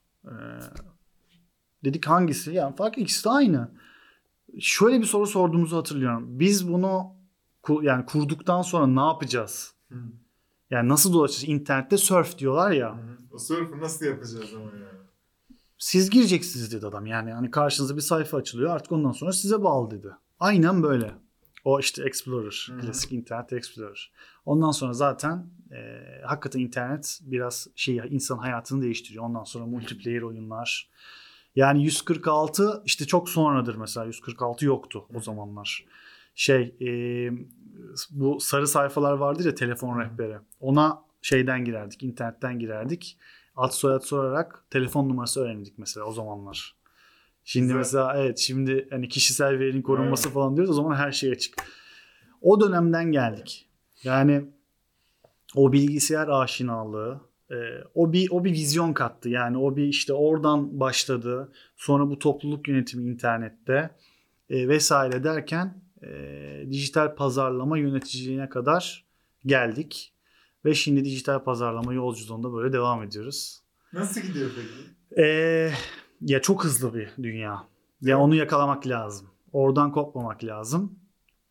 Speaker 3: Dedik hangisi? Yani fark ikisi de aynı. Şöyle bir soru sorduğumuzu hatırlıyorum. Biz bunu yani kurduktan sonra ne yapacağız? Yani nasıl dolaşacağız? İnternette surf diyorlar ya.
Speaker 1: O surf'u nasıl yapacağız ama yani?
Speaker 3: Siz gireceksiniz dedi adam. Yani hani karşınıza bir sayfa açılıyor. Artık ondan sonra size bağlı dedi. Aynen böyle. O işte Explorer. Klasik Internet Explorer. Ondan sonra zaten hakikaten internet biraz insan hayatını değiştiriyor. Ondan sonra multiplayer oyunlar. Yani 146 işte çok sonradır mesela. 146 yoktu o zamanlar. Bu sarı sayfalar vardır ya telefon rehberi. Ona şeyden girerdik. İnternetten girerdik. Ad soyad sorarak telefon numarası öğrendik mesela o zamanlar. Şimdi
Speaker 1: güzel.
Speaker 3: mesela evet şimdi hani kişisel verinin korunması falan diyoruz o zaman her şey açık. O dönemden geldik. Yani o bilgisayar aşinalığı o bir vizyon kattı. Yani o bir işte oradan başladı. Sonra bu topluluk yönetimi internette vesaire derken dijital pazarlama yöneticiliğine kadar geldik. Ve şimdi dijital pazarlama yolculuğunda böyle devam ediyoruz.
Speaker 1: Nasıl gidiyor peki?
Speaker 3: Ya çok hızlı bir dünya. Ya onu yakalamak lazım. Oradan kopmamak lazım.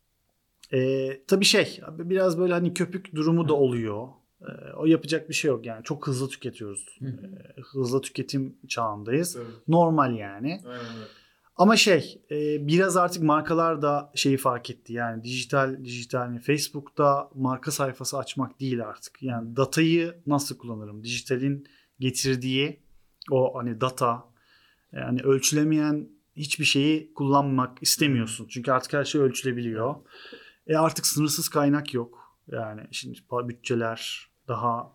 Speaker 3: Tabii biraz böyle hani köpük durumu da oluyor. O yapacak bir şey yok yani. Çok hızlı tüketiyoruz. Hızlı tüketim çağındayız.
Speaker 1: Tabii.
Speaker 3: Normal yani.
Speaker 1: Aynen öyle.
Speaker 3: Ama biraz artık markalar da fark etti. Yani dijital Facebook'ta marka sayfası açmak değil artık. Yani datayı nasıl kullanırım? Dijitalin getirdiği o hani data yani ölçülemeyen hiçbir şeyi kullanmak istemiyorsun. Çünkü artık her şey ölçülebiliyor. Artık sınırsız kaynak yok. Yani şimdi bütçeler daha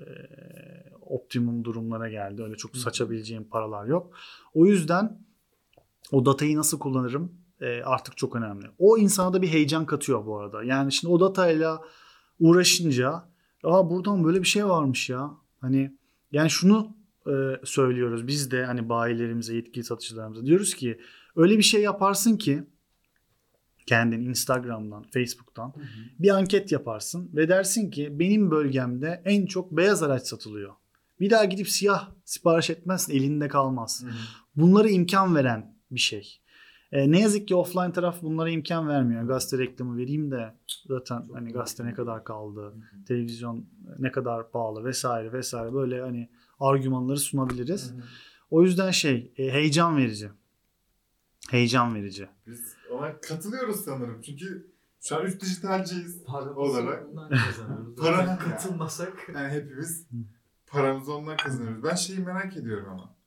Speaker 3: optimum durumlara geldi. Öyle çok saçabileceğim paralar yok. O yüzden o datayı nasıl kullanırım artık çok önemli. O insana da bir heyecan katıyor bu arada. Yani şimdi o datayla uğraşınca buradan böyle bir şey varmış ya. Hani yani şunu söylüyoruz biz de hani bayilerimize, yetkili satıcılarımıza diyoruz ki öyle bir şey yaparsın ki kendin Instagram'dan, Facebook'tan bir anket yaparsın ve dersin ki benim bölgemde en çok beyaz araç satılıyor. Bir daha gidip siyah sipariş etmezsin, elinde kalmaz. Bunlara imkan veren bir şey. Ne yazık ki offline taraf bunlara imkan vermiyor. Gazete reklamı vereyim de zaten hani gazete ne kadar kaldı, televizyon ne kadar pahalı vesaire vesaire böyle hani argümanları sunabiliriz. O yüzden heyecan verici. Heyecan verici.
Speaker 1: Biz ona katılıyoruz sanırım. Çünkü şu an 3 dijitalciyiz
Speaker 2: Paramızı
Speaker 1: olarak.
Speaker 2: ondan kazanıyoruz.
Speaker 1: Paranın
Speaker 2: katılmasak.
Speaker 1: Yani hepimiz paramızı ondan kazanıyoruz. Ben merak ediyorum ama.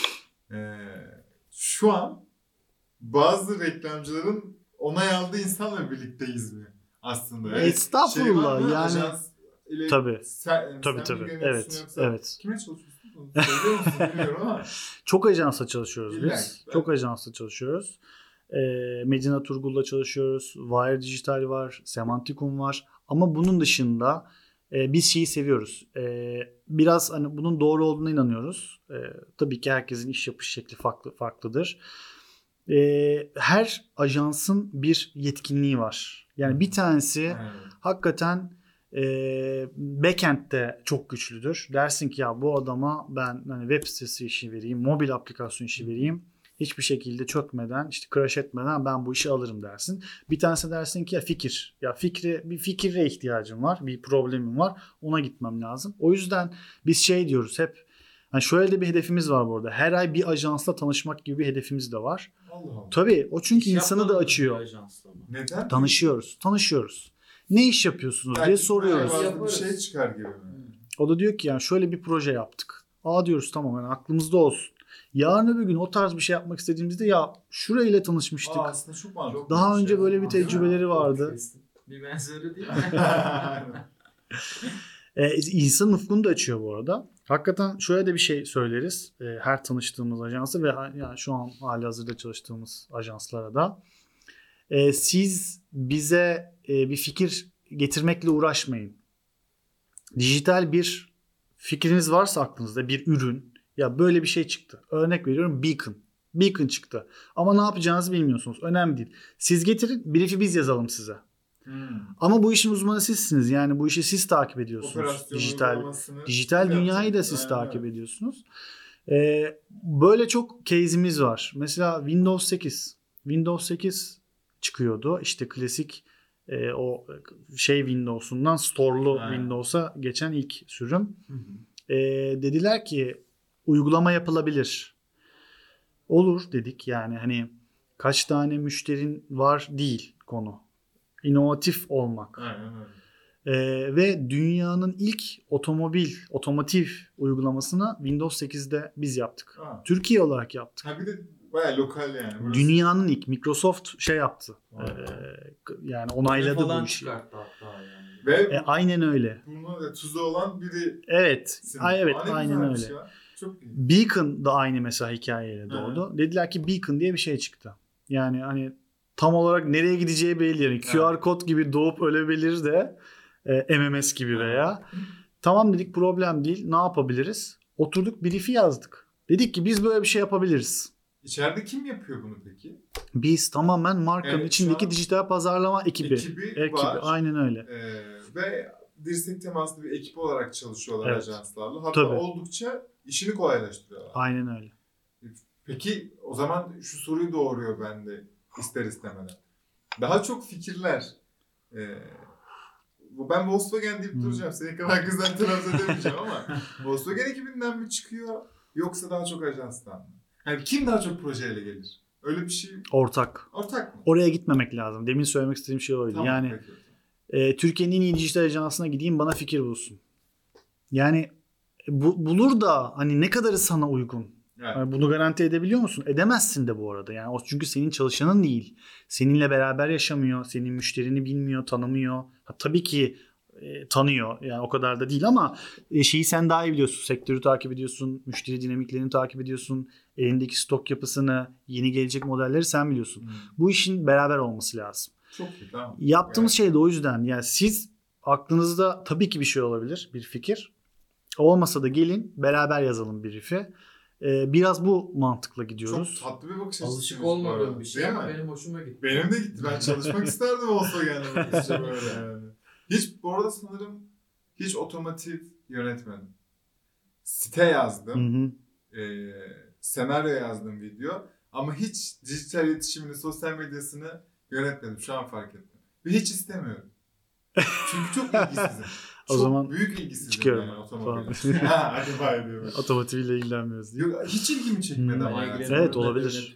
Speaker 1: Şu an bazı reklamcıların onay aldığı insanla birlikteyiz mi aslında? Evet.
Speaker 3: Estağfurullah yani.
Speaker 1: Ajans ile
Speaker 3: Tabii.
Speaker 1: Sen
Speaker 3: Tabii. Evet. Evet.
Speaker 1: Kime çalışıyorsun? Onu söylüyor musun bilmiyorum ama.
Speaker 3: Çok ajansla çalışıyoruz
Speaker 1: İlla
Speaker 3: biz.
Speaker 1: ki.
Speaker 3: Çok ajansla çalışıyoruz. Medina Turgul'la çalışıyoruz. Wire Digital var. Semantikum var. Ama bunun dışında Biz şeyi seviyoruz. Biraz hani bunun doğru olduğuna inanıyoruz. Tabii ki herkesin iş yapış şekli farklıdır. Her ajansın bir yetkinliği var. Yani bir tanesi hakikaten backend'de çok güçlüdür. Dersin ki ya bu adama ben hani web sitesi işi vereyim, mobil aplikasyon işi vereyim. Hiçbir şekilde çökmeden, işte crash etmeden ben bu işi alırım dersin. Bir tanesi dersin ki bir fikre ihtiyacım var, bir problemim var. Ona gitmem lazım. O yüzden biz şey diyoruz hep. Yani şöyle de bir hedefimiz var bu arada. Her ay bir ajansla tanışmak gibi bir hedefimiz de var.
Speaker 1: Allah Allah.
Speaker 3: Tabii o çünkü
Speaker 2: İş
Speaker 3: insanı da
Speaker 2: yapmadınız
Speaker 3: açıyor.
Speaker 2: bir ajansla mı?
Speaker 1: Neden?
Speaker 3: Tanışıyoruz. Ne iş yapıyorsunuz diye
Speaker 1: Belki
Speaker 3: soruyoruz.
Speaker 1: bir
Speaker 2: Yaparız.
Speaker 1: şey çıkar gibi mi?
Speaker 3: O da diyor ki yani şöyle bir proje yaptık. Diyoruz tamam yani aklımızda olsun. Yarın öbür gün o tarz bir şey yapmak istediğimizde ya şurayla tanışmıştık.
Speaker 1: Aslında çok mantıklı.
Speaker 3: Daha önce böyle bir
Speaker 1: Değil mi?
Speaker 3: tecrübeleri vardı.
Speaker 2: Bir benzeri değil mi?
Speaker 3: İnsanın ufkunu da açıyor bu arada. Hakikaten şöyle de bir şey söyleriz. Her tanıştığımız ajansı ve yani şu an halihazırda çalıştığımız ajanslara da. Siz bize bir fikir getirmekle uğraşmayın. Dijital bir fikriniz varsa aklınızda bir ürün. Ya böyle bir şey çıktı. Örnek veriyorum Beacon. Beacon çıktı. Ama ne yapacağınızı bilmiyorsunuz. Önemli değil. Siz getirin, brief'i biz yazalım size. Ama bu işin uzmanı sizsiniz. Yani bu işi siz takip ediyorsunuz. Dijital dünyayı da siz takip ediyorsunuz. Böyle çok case'imiz var. Mesela Windows 8 çıkıyordu. İşte klasik o Windows'undan store'lu Windows'a geçen ilk sürüm. Dediler ki uygulama yapılabilir. Olur dedik. Yani hani kaç tane müşterin var değil konu. İnovatif olmak. Ve dünyanın ilk otomotiv uygulamasını Windows 8'de biz yaptık. Türkiye olarak yaptık.
Speaker 1: Bir de bayağı lokal yani. Burası.
Speaker 3: Dünyanın ilk Microsoft yaptı. Yani onayladı
Speaker 2: falan
Speaker 3: bu işi.
Speaker 2: Çıkarttı hatta yani.
Speaker 1: Ve
Speaker 3: aynen öyle.
Speaker 1: Bunun tuzu olan biri.
Speaker 3: Evet. Aynen öyle.
Speaker 1: Ya. Çok iyi.
Speaker 3: Beacon da aynı mesela hikayeyle doğdu. Dediler ki Beacon diye bir şey çıktı. Yani hani tam olarak nereye gideceği belli. Yani QR kod gibi doğup ölebilir de MMS gibi veya. Tamam dedik problem değil. Ne yapabiliriz? Oturduk brief'i yazdık. Dedik ki biz böyle bir şey yapabiliriz.
Speaker 1: İçeride kim yapıyor bunu peki?
Speaker 3: Biz tamamen markanın içindeki dijital pazarlama ekibi
Speaker 1: var.
Speaker 3: Aynen öyle.
Speaker 1: Ve dirsek temaslı bir ekip olarak çalışıyorlar ajanslarla. Hatta
Speaker 3: Tabii.
Speaker 1: oldukça işini kolaylaştırıyorlar.
Speaker 3: Aynen öyle.
Speaker 1: Peki o zaman şu soruyu doğuruyor bende ister istemeden. Daha çok fikirler ben Volkswagen deyip duracağım. Senin kadar kızdan taraf edemeyeceğim ama Volkswagen ekibinden mi çıkıyor yoksa daha çok ajanstan mı? Yani kim daha çok projeyle gelir? Öyle bir şey. Ortak mı?
Speaker 3: Oraya gitmemek lazım. Demin söylemek istediğim şey oydu.
Speaker 1: Tamam,
Speaker 3: yani Türkiye'nin en iyi dijital ajansına gideyim bana fikir bulsun. Yani bulur da hani ne kadarı sana uygun?
Speaker 1: Evet.
Speaker 3: Yani bunu garanti edebiliyor musun? Edemezsin de bu arada. Yani o çünkü senin çalışanın değil. Seninle beraber yaşamıyor. Senin müşterini bilmiyor, tanımıyor. Tabii ki tanıyor. Yani o kadar da değil ama şeyi sen daha iyi biliyorsun. Sektörü takip ediyorsun. Müşteri dinamiklerini takip ediyorsun. Elindeki stok yapısını, yeni gelecek modelleri sen biliyorsun. Bu işin beraber olması lazım.
Speaker 1: Çok iyi, tamam.
Speaker 3: Yaptığımız şey de o yüzden. Yani siz aklınızda tabii ki bir şey olabilir. Bir fikir. Olmasa da gelin beraber yazalım brief'i. Biraz bu mantıkla gidiyoruz.
Speaker 1: Çok tatlı bir bakış açısı.
Speaker 2: Alışık olmadığım bir şey ama benim hoşuma gitti.
Speaker 1: Benim de gitti. Ben çalışmak isterdim olsa yani. Böyle yani. Bu arada sanırım hiç otomotiv yönetmedim. Site yazdım. Senaryo yazdım video. Ama hiç dijital iletişimini, sosyal medyasını yönetmedim. Şu an fark ettim. Ve hiç istemiyorum. Çünkü çok ilgisizim.
Speaker 3: O zaman
Speaker 1: büyük ilgisizim
Speaker 3: çıkıyorum
Speaker 1: yani otomobile. Hadi bay diyorum.
Speaker 3: Otomotivle ilgilenmiyoruz diye.
Speaker 1: Yok, hiç ilgimi çekmedi ama yani.
Speaker 3: Evet olabilir.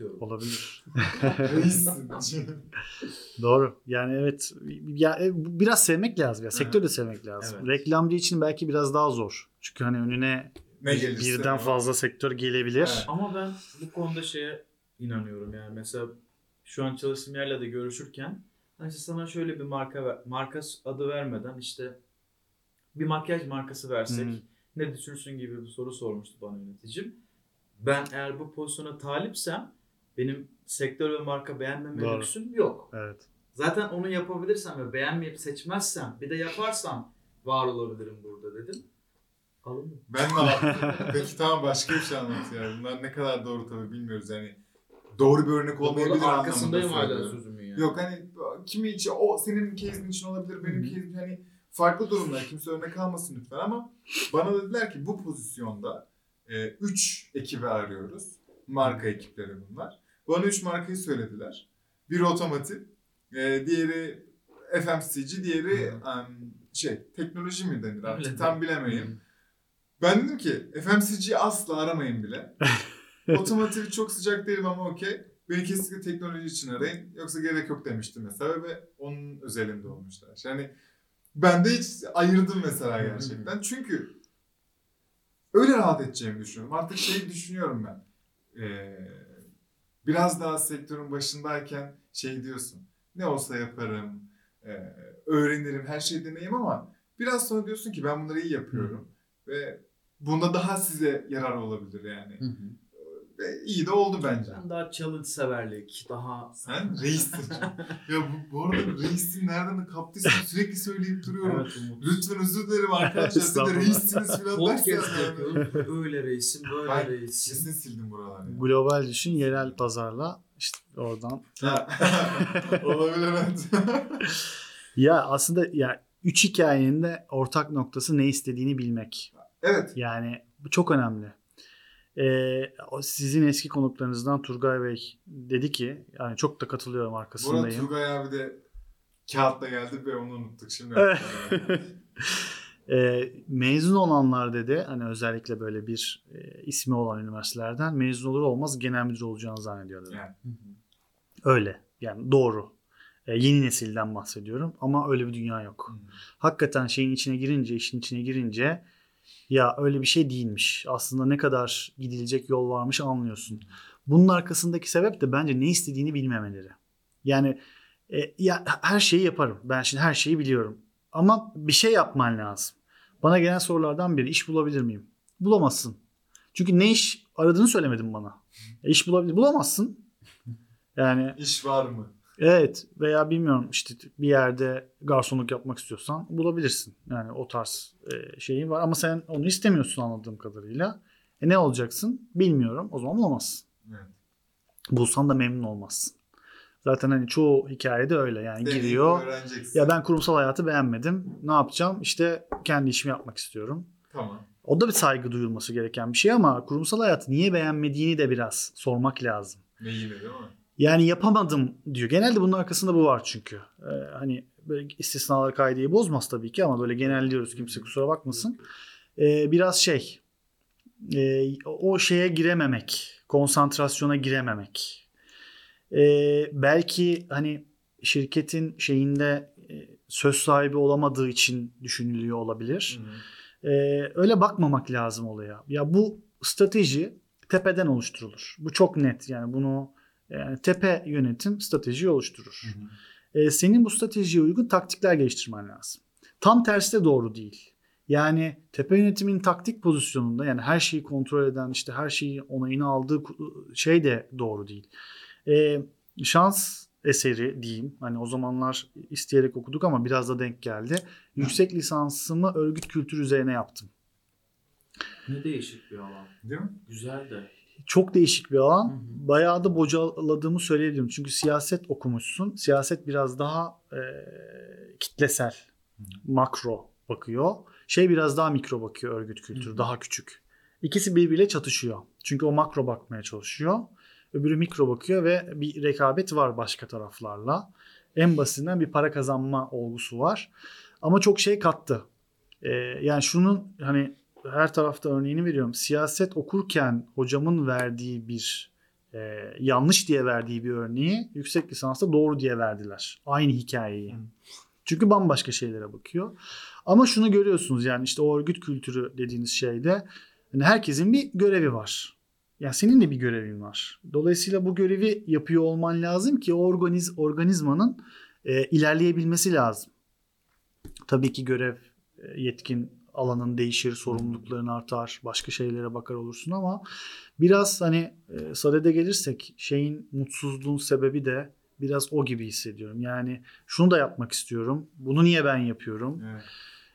Speaker 3: Doğru. Yani evet. Ya, biraz sevmek lazım. Ya. Sektörü de sevmek lazım. Evet. Reklamcı için belki biraz daha zor. Çünkü hani önüne birden fazla sektör gelebilir.
Speaker 2: Evet. Ama ben bu konuda şeye inanıyorum. Yani mesela şu an çalıştığım yerle de görüşürken işte sana şöyle bir marka adı vermeden işte bir makyaj markası versek ne düşünürsün gibi bir soru sormuştu bana yöneticim. Ben eğer bu pozisyona talipsem benim sektör ve marka beğenmeme lüksüm yok.
Speaker 3: Evet.
Speaker 2: Zaten onu yapabilirsem ve beğenmeyip seçmezsem bir de yaparsam var olabilirim burada dedim. Alındı.
Speaker 1: Ben ne yaptım? Peki tamam, başka bir şey anlat ya. Bunlar ne kadar doğru tabii bilmiyoruz yani. Doğru bir örnek olmayabilir
Speaker 2: Burada
Speaker 1: anlamında
Speaker 2: arkasındayım hala
Speaker 1: söylüyorum.
Speaker 2: sözümün yani.
Speaker 1: Yok hani kimi için o senin case'in için olabilir, benim case'im hani farklı durumlar. Kimse örnek almasın lütfen ama bana dediler ki bu pozisyonda 3 ekibi arıyoruz. Marka ekipleri bunlar. Bana 3 markayı söylediler. Biri otomotiv, diğeri FMCG, diğeri teknoloji mi denir artık
Speaker 2: Öyle
Speaker 1: tam bilemeyim. Ben dedim ki FMCG'yi asla aramayın bile. Otomotiv çok sıcak değilim ama okey. Beni kesinlikle teknoloji için arayın. Yoksa gerek yok demiştim mesela ve onun özelinde olmuşlar. Yani ben de hiç ayırdım mesela gerçekten. Çünkü öyle rahat edeceğimi düşünüyorum. Artık düşünüyorum ben. Biraz daha sektörün başındayken diyorsun. Ne olsa yaparım. Öğrenirim. Her şeyi deneyim ama biraz sonra diyorsun ki ben bunları iyi yapıyorum. Ve bunda daha size yarar olabilir yani. Ve iyi de oldu bence.
Speaker 2: Ben daha challenge severlik, daha...
Speaker 1: Sen reissin. Ya bu arada reisin nereden kaptıysan sürekli söyleyip duruyorum.
Speaker 2: Evet, Umut.
Speaker 1: Lütfen özür dilerim arkadaşlar. Siz de reissiniz falan
Speaker 2: Podcast
Speaker 1: dersen.
Speaker 2: yapıyorum. Öyle reisim, böyle
Speaker 1: Ben
Speaker 2: reisim.
Speaker 1: kesin sildim buraları. Ya.
Speaker 3: Global düşün, yerel pazarla işte oradan.
Speaker 1: Olabilir evet.
Speaker 3: Ya aslında ya 3 hikayenin de ortak noktası ne istediğini bilmek.
Speaker 1: Evet.
Speaker 3: Yani bu çok önemli. Sizin eski konuklarınızdan Turgay Bey dedi ki, yani çok da katılıyorum,
Speaker 1: Bu
Speaker 3: arkasındayım.
Speaker 1: arada Turgay abi de kağıtla geldi ve onu unuttuk şimdi.
Speaker 3: Mezun olanlar dedi, hani özellikle böyle bir ismi olan üniversitelerden mezun olur olmaz genel müdür olacağını zannediyor dedi.
Speaker 1: Yani.
Speaker 3: Öyle yani, doğru. Yeni nesilden bahsediyorum ama öyle bir dünya yok. Hakikaten işin içine girince ya öyle bir şey değilmiş. Aslında ne kadar gidilecek yol varmış anlıyorsun. Bunun arkasındaki sebep de bence ne istediğini bilmemeleri. Yani ya her şeyi yaparım. Ben şimdi her şeyi biliyorum. Ama bir şey yapman lazım. Bana gelen sorulardan biri, iş bulabilir miyim? Bulamazsın. Çünkü ne iş aradığını söylemedin bana. İş bulamazsın. Yani
Speaker 1: İş var mı?
Speaker 3: evet, veya bilmiyorum işte bir yerde garsonluk yapmak istiyorsan bulabilirsin. Yani o tarz şeyin var ama sen onu istemiyorsun anladığım kadarıyla. Ne olacaksın? Bilmiyorum. O zaman bulamazsın.
Speaker 1: Evet.
Speaker 3: Bulsan da memnun olmazsın. Zaten hani çoğu hikayede öyle yani,
Speaker 1: Deneyip
Speaker 3: giriyor.
Speaker 1: öğreneceksin.
Speaker 3: Ya ben kurumsal hayatı beğenmedim. Ne yapacağım? İşte kendi işimi yapmak istiyorum.
Speaker 1: Tamam.
Speaker 3: O da bir saygı duyulması gereken bir şey ama kurumsal hayatı niye beğenmediğini de biraz sormak lazım.
Speaker 1: Neyini değil mi?
Speaker 3: Yani yapamadım diyor. Genelde bunun arkasında bu var çünkü. Hani böyle istisnalar kaideyi bozmaz tabii ki ama böyle genelliyoruz, kimse kusura bakmasın. Biraz o şeye girememek, konsantrasyona girememek. Belki hani şirketin söz sahibi olamadığı için düşünülüyor olabilir. Öyle bakmamak lazım olaya. Ya bu strateji tepeden oluşturulur. Bu çok net. Yani bunu tepe yönetim strateji oluşturur. Senin bu stratejiye uygun taktikler geliştirmen lazım. Tam tersi de doğru değil. Yani tepe yönetimin taktik pozisyonunda, yani her şeyi kontrol eden, işte her şeyi onayını aldığı şey de doğru değil. Şans eseri diyeyim. Hani o zamanlar isteyerek okuduk ama biraz da denk geldi. Yüksek lisansımı örgüt kültürü üzerine yaptım.
Speaker 2: Ne değişik bir alan.
Speaker 1: Değil mi?
Speaker 2: Güzel de.
Speaker 3: Çok değişik bir alan. Bayağı da bocaladığımı söyleyebilirim. Çünkü siyaset okumuşsun. Siyaset biraz daha kitlesel, makro bakıyor. Biraz daha mikro bakıyor, örgüt kültürü. Daha küçük. İkisi birbiriyle çatışıyor. Çünkü o makro bakmaya çalışıyor. Öbürü mikro bakıyor ve bir rekabet var başka taraflarla. En basitinden bir para kazanma olgusu var. Ama çok şey kattı. Yani şunun hani her tarafta örneğini veriyorum. Siyaset okurken hocamın verdiği bir yanlış diye verdiği bir örneği yüksek lisansta doğru diye verdiler. Aynı hikayeyi. Çünkü bambaşka şeylere bakıyor. Ama şunu görüyorsunuz, yani işte o örgüt kültürü dediğiniz şeyde yani herkesin bir görevi var. Yani senin de bir görevin var. Dolayısıyla bu görevi yapıyor olman lazım ki o organizmanın ilerleyebilmesi lazım. Tabii ki görev, yetkin alanın değişir, sorumlulukların artar, başka şeylere bakar olursun ama biraz hani sadede gelirsek mutsuzluğun sebebi de biraz o gibi hissediyorum. Yani şunu da yapmak istiyorum. Bunu niye ben yapıyorum?
Speaker 1: Evet.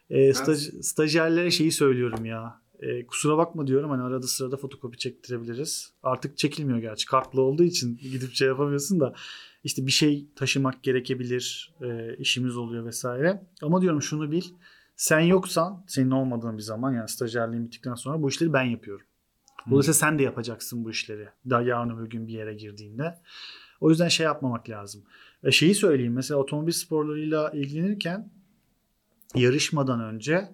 Speaker 3: Stajyerlere şeyi söylüyorum ya. Kusura bakma diyorum, hani arada sırada fotokopi çektirebiliriz. Artık çekilmiyor gerçi. Kartlı olduğu için gidip şey yapamıyorsun da. İşte bir şey taşımak gerekebilir. İşimiz oluyor vesaire. Ama diyorum şunu bil. Sen yoksan, senin olmadığın bir zaman, yani stajyerliğin bittikten sonra bu işleri ben yapıyorum. Dolayısıyla sen de yapacaksın bu işleri. Daha yarın öbür gün bir yere girdiğinde. O yüzden şey yapmamak lazım. Şeyi söyleyeyim. Mesela otomobil sporlarıyla ilgilenirken yarışmadan önce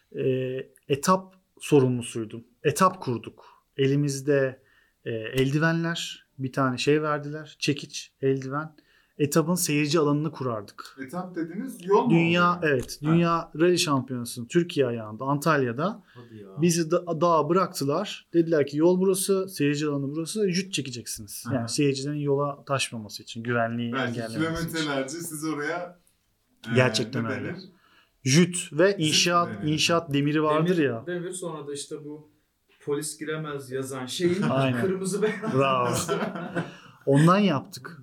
Speaker 3: etap sorumlusuydum. Etap kurduk. Elimizde eldivenler, bir tane şey verdiler. Çekiç, eldiven. Etapın seyirci alanını kurardık.
Speaker 1: Etap dediniz yol mu
Speaker 3: Dünya
Speaker 1: oluyor?
Speaker 3: evet. Dünya Rally Şampiyonası'nın Türkiye ayağında Antalya'da bizi dağa bıraktılar. Dediler ki yol burası, seyirci alanı burası. Jüt çekeceksiniz.
Speaker 1: Aha.
Speaker 3: Yani seyircilerin yola taşmaması için, güvenliği
Speaker 1: Belki
Speaker 3: engellemesi için.
Speaker 1: kilometrelerce siz oraya
Speaker 3: Gerçekten
Speaker 1: ne
Speaker 3: öyle.
Speaker 1: denir?
Speaker 3: Jüt ve
Speaker 1: Jüt denir.
Speaker 3: inşaat demiri vardır ya.
Speaker 2: Demir, sonra da işte bu polis giremez yazan şeyin
Speaker 3: Aynen.
Speaker 2: kırmızı beyaz.
Speaker 3: Bravo. Ondan yaptık.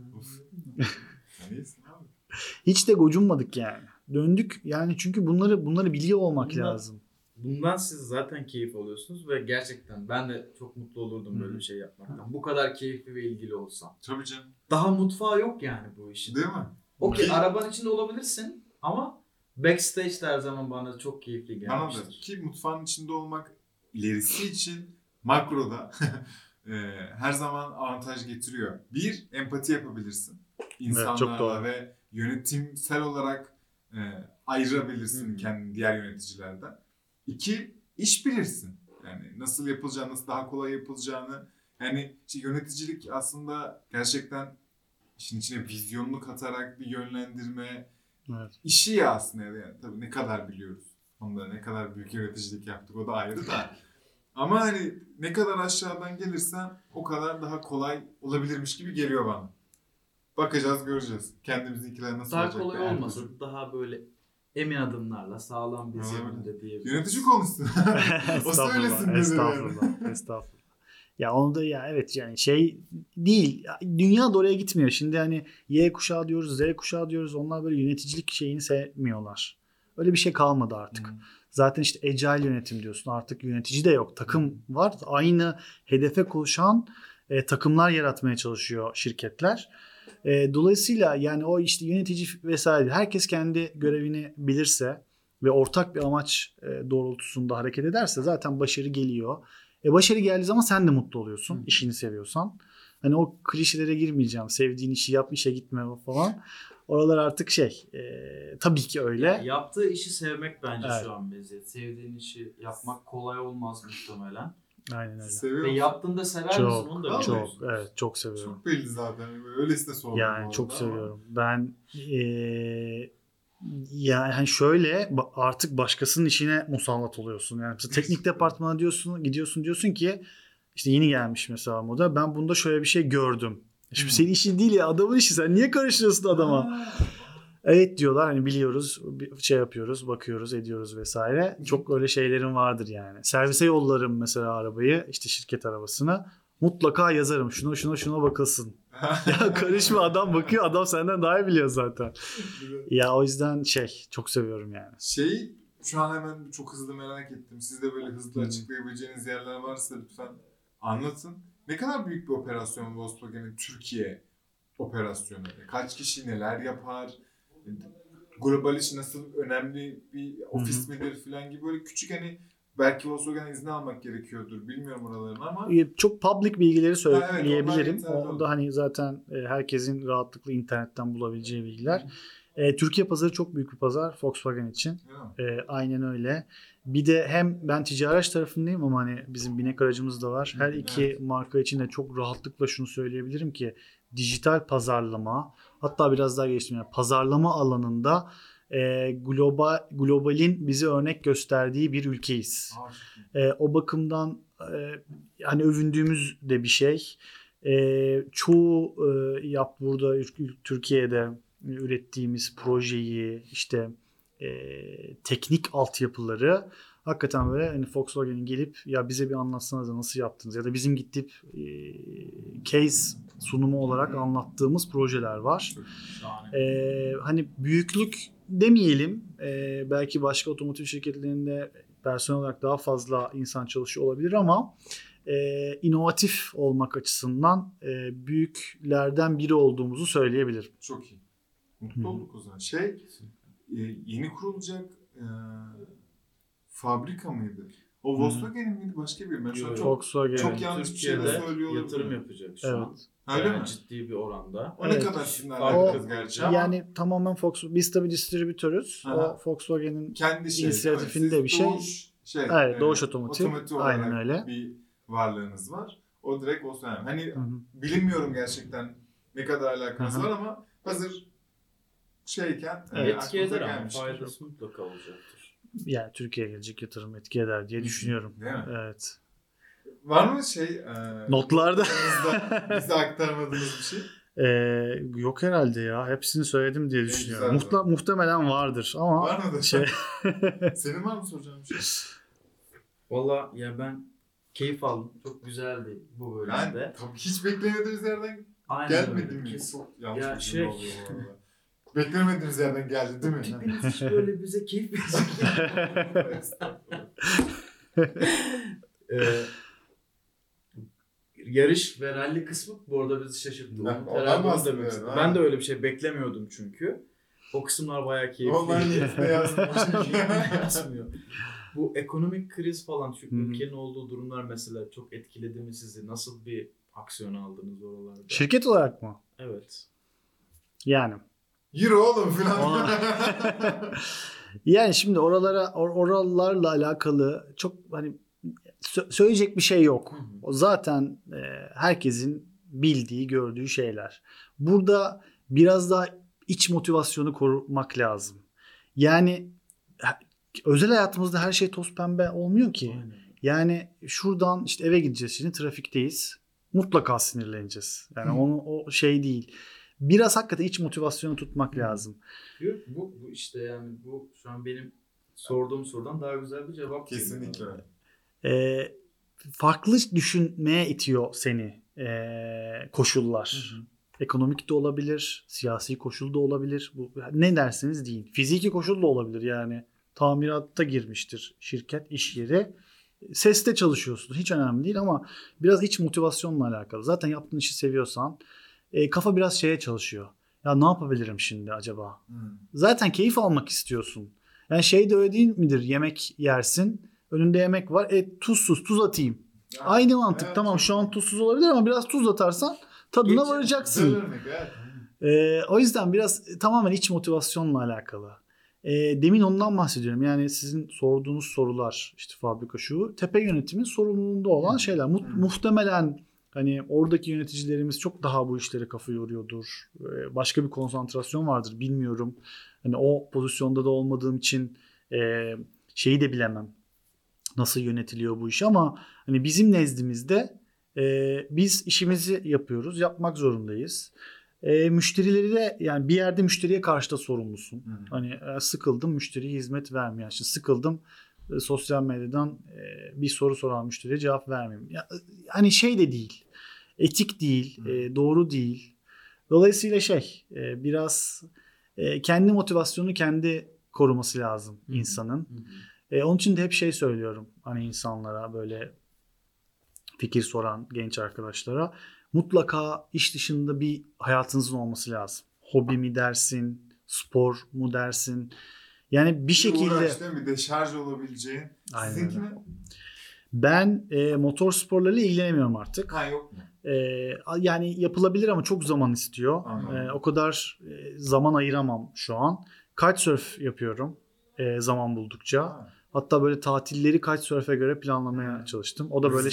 Speaker 1: Neyse abi.
Speaker 3: Hiç de gocunmadık yani. Döndük yani, çünkü bunları biliyor olmak lazım.
Speaker 2: Bundan siz zaten keyif alıyorsunuz ve gerçekten ben de çok mutlu olurdum böyle bir şey yapmaktan. Bu kadar keyifli ve ilgili olsam.
Speaker 1: Tabii canım.
Speaker 2: Daha mutfağı yok yani bu işin.
Speaker 1: Değil mi?
Speaker 2: Okey,
Speaker 1: Ki-
Speaker 2: arabanın içinde olabilirsin ama backstage de her zaman bana çok keyifli
Speaker 1: Anladım.
Speaker 2: gelmiştir.
Speaker 1: Ki mutfağın içinde olmak ilerisi için makroda her zaman avantaj getiriyor. Bir, empati yapabilirsin.
Speaker 3: Evet, çok doğru.
Speaker 1: İnsanlarla ve yönetimsel olarak ayırabilirsin
Speaker 2: Hı.
Speaker 1: kendini diğer yöneticilerden. İki, iş bilirsin. Yani nasıl yapılacağını, nasıl daha kolay yapılacağını. Yani işte yöneticilik aslında gerçekten işin içine vizyonunu katarak bir yönlendirme
Speaker 3: Evet.
Speaker 1: işi ya aslında. Yani tabii ne kadar biliyoruz. Onda ne kadar büyük yöneticilik yaptık, o da ayrı da. Ama hani ne kadar aşağıdan gelirsen o kadar daha kolay olabilirmiş gibi geliyor bana. Bakacağız, göreceğiz. Kendimizinkiler nasıl
Speaker 2: Daha
Speaker 1: olacak?
Speaker 2: kolay
Speaker 1: Eğer
Speaker 2: olmasa
Speaker 1: düşün-
Speaker 2: daha böyle emin adımlarla sağlam bir
Speaker 1: Öyle.
Speaker 2: zeminde diyebiliriz.
Speaker 1: Yönetici konuşsun. O söylesin dedi.
Speaker 3: Estağfurullah. Ya onu da, ya evet, yani şey değil. Dünya da oraya gitmiyor. Şimdi hani Y kuşağı diyoruz, Z kuşağı diyoruz. Onlar böyle yöneticilik şeyini sevmiyorlar. Öyle bir şey kalmadı artık.
Speaker 1: Hı.
Speaker 3: Zaten işte agile yönetim diyorsun. Artık yönetici de yok. Takım var. Aynı hedefe koşan takımlar yaratmaya çalışıyor şirketler. Dolayısıyla yani o işte yönetici vesaire, herkes kendi görevini bilirse ve ortak bir amaç doğrultusunda hareket ederse zaten başarı geliyor. Başarı geldiği zaman sen de mutlu oluyorsun.
Speaker 1: Hı.
Speaker 3: İşini seviyorsan. Hani o klişelere girmeyeceğim. Sevdiğin işi yap, işe gitme falan. Oralar artık tabii ki öyle.
Speaker 2: Ya, yaptığı işi sevmek bence
Speaker 3: Evet.
Speaker 2: şu an meziyet. Sevdiğin işi yapmak kolay olmaz muhtemelen.
Speaker 3: Aynen öyle.
Speaker 1: Seviyor
Speaker 2: Ve
Speaker 1: musun?
Speaker 2: yaptığında sever misin onu da
Speaker 1: Çok,
Speaker 2: bilmiyorsun.
Speaker 3: Evet, çok seviyorum.
Speaker 1: Çok belli zaten. Öylesine sordum. bu
Speaker 3: Yani
Speaker 1: arada
Speaker 3: çok
Speaker 1: ama.
Speaker 3: seviyorum. Ben yani hani şöyle artık başkasının işine musallat oluyorsun. Yani mesela teknik departmana gidiyorsun ki işte yeni gelmiş mesela moda. Ben bunda şöyle bir şey gördüm. Şimdi senin işin değil ya, adamın işi. Sen niye karışıyorsun adama?
Speaker 1: Ha.
Speaker 3: Evet diyorlar, hani biliyoruz, bir şey yapıyoruz, bakıyoruz, ediyoruz vesaire. Çok öyle şeylerim vardır yani. Servise yollarım mesela arabayı, işte şirket arabasını. Mutlaka yazarım şuna bakılsın. Ya karışma, adam bakıyor, adam senden daha iyi biliyor zaten. Ya o yüzden çok seviyorum yani.
Speaker 1: Şu an hemen çok hızlı merak ettim. Siz de böyle hızlı açıklayabileceğiniz yerler varsa lütfen anlatın. Ne kadar büyük bir operasyon Volkswagen'in Türkiye operasyonu? Kaç kişi neler yapar? Global iş nasıl önemli bir ofis midir falan gibi böyle küçük, hani belki Volkswagen izni almak gerekiyordur. Bilmiyorum oralarını ama.
Speaker 3: Çok public bilgileri söyleyebilirim.
Speaker 1: Evet, onlar
Speaker 3: O da hani zaten herkesin rahatlıkla internetten bulabileceği bilgiler. Türkiye pazarı çok büyük bir pazar Volkswagen için. Aynen öyle. Bir de hem ben ticari araç tarafındayım ama hani bizim binek aracımız da var. Her iki marka için de çok rahatlıkla şunu söyleyebilirim ki dijital pazarlama, hatta biraz daha geçtim, yani pazarlama alanında globalin bize örnek gösterdiği bir ülkeyiz. O bakımdan hani övündüğümüz de bir şey. Çoğu burada Türkiye'de ürettiğimiz projeyi, işte teknik altyapıları hakikaten böyle hani Volkswagen'in gelip ya bize bir anlatsanız da nasıl yaptınız ya da bizim gidip case sunumu olarak anlattığımız projeler var. Hani büyüklük demeyelim. Belki başka otomotiv şirketlerinde personel olarak daha fazla insan çalışıyor olabilir ama inovatif olmak açısından büyüklerden biri olduğumuzu söyleyebilirim.
Speaker 1: Çok iyi. Mutlu olduk o zaman. Yeni kurulacak fabrika mıydı? O Volkswagen'in miydi başka bir? Ben şu an
Speaker 3: Volkswagen.
Speaker 1: çok yanlış bir şeyler söylüyorum.
Speaker 2: Yatırım yapacak şu an.
Speaker 1: Öyle mi?
Speaker 2: Ciddi bir oranda.
Speaker 1: O ne kadar sizinle
Speaker 3: O,
Speaker 1: alakası gerçi ama
Speaker 3: yani tamamen biz tabii distribütörüz.
Speaker 1: Aha.
Speaker 3: O Volkswagen'in
Speaker 1: kendi
Speaker 3: inisiyatifinde bir şey. Evet, Doğuş Otomotiv. Aynen öyle.
Speaker 1: Bir varlığınız var. O direkt Volkswagen. Hani bilinmiyorum gerçekten ne kadar alakası var ama hazır şeyken
Speaker 2: etki eder ama faydası mutlaka olacaktır.
Speaker 3: Yani Türkiye'ye gelecek yatırım etki eder diye düşünüyorum.
Speaker 1: Değil mi?
Speaker 3: Evet.
Speaker 1: Var mı
Speaker 3: notlarda
Speaker 1: bize aktarmadığınız bir şey?
Speaker 3: Yok herhalde ya. Hepsini söyledim diye düşünüyorum. Muhtemelen vardır ama
Speaker 1: var mıdır? Senin var mı soracağım bir şey?
Speaker 2: Valla ya ben keyif aldım. Çok güzeldi bu bölümde.
Speaker 1: Ben tabii hiç beklemediğimiz yerden gelmedi mi? Çok yanlış bir oluyor bu arada. Beklemediğiniz yerden geldi değil mi?
Speaker 2: Tipiniz hiç böyle bize keyif verecek. Yarış ve rally kısmı bu arada bizi şaşırttı. Ben de öyle bir şey beklemiyordum çünkü. O kısımlar bayağı keyifli.
Speaker 1: Online niyetine
Speaker 2: yazmıyor. Bu ekonomik kriz falan şu ülkenin olduğu durumlar mesela çok etkiledi mi sizi? Nasıl bir aksiyon aldınız oralarda?
Speaker 3: Şirket olarak mı?
Speaker 2: Evet.
Speaker 3: Yani.
Speaker 1: Euro oğlum falan.
Speaker 3: Yani şimdi oralarla alakalı çok hani söyleyecek bir şey yok. O zaten herkesin bildiği, gördüğü şeyler. Burada biraz daha iç motivasyonu korumak lazım. Yani özel hayatımızda her şey toz pembe olmuyor ki.
Speaker 2: Aynen.
Speaker 3: Yani şuradan işte eve gideceğiz, şimdi trafikteyiz. Mutlaka sinirleneceğiz. Yani o şey değil. Biraz hakikaten iç motivasyonu tutmak lazım.
Speaker 2: Bu işte yani bu şu an benim sorduğum sorudan daha güzel bir cevap.
Speaker 1: Kesinlikle.
Speaker 3: Farklı düşünmeye itiyor seni koşullar. Ekonomik de olabilir, siyasi koşul da olabilir. Bu ne derseniz deyin. Fiziki koşul da olabilir yani. Tamiratta girmiştir şirket, iş yeri. Seste çalışıyorsun. Hiç önemli değil ama biraz iç motivasyonla alakalı. Zaten yaptığın işi seviyorsan kafa biraz şeye çalışıyor. Ya ne yapabilirim şimdi acaba? Zaten keyif almak istiyorsun. Yani şey de öyle değil midir? Yemek yersin. Önünde yemek var. Tuz atayım. Ya, aynı mantık. Evet, tamam şu an tuzsuz olabilir ama biraz tuz atarsan tadına varacaksın. O yüzden biraz tamamen iç motivasyonla alakalı. Demin ondan bahsediyorum. Yani sizin sorduğunuz sorular işte fabrika şu tepe yönetimin sorumluluğunda olan şeyler. Muhtemelen hani oradaki yöneticilerimiz çok daha bu işlere kafa yoruyordur. Başka bir konsantrasyon vardır bilmiyorum. Hani o pozisyonda da olmadığım için şeyi de bilemem. Nasıl yönetiliyor bu iş ama hani bizim nezdimizde biz işimizi yapıyoruz. Yapmak zorundayız. Müşterileri de yani bir yerde müşteriye karşı da sorumlusun. Hani sıkıldım müşteriye hizmet vermiyor. Şimdi sıkıldım sosyal medyadan bir soru soran müşteriye cevap vermeyeyim. Hani şey de değil. Etik değil. Doğru değil. Dolayısıyla biraz kendi motivasyonu kendi koruması lazım insanın. Onun için de hep şey söylüyorum. Hani insanlara böyle fikir soran genç arkadaşlara mutlaka iş dışında bir hayatınızın olması lazım. Hobi mi dersin, spor mu dersin? Yani bir şekilde...
Speaker 1: Uğraş değil mi? Bir de şarj olabileceği. Sizinki ne?
Speaker 3: Ben motor sporlarıyla ilgilenemiyorum artık.
Speaker 1: Yok mu?
Speaker 3: Yani yapılabilir ama çok zaman istiyor. O kadar zaman ayıramam şu an. Kitesurf yapıyorum zaman buldukça. Hatta böyle tatilleri kitesurf'e göre planlamaya çalıştım. O da böyle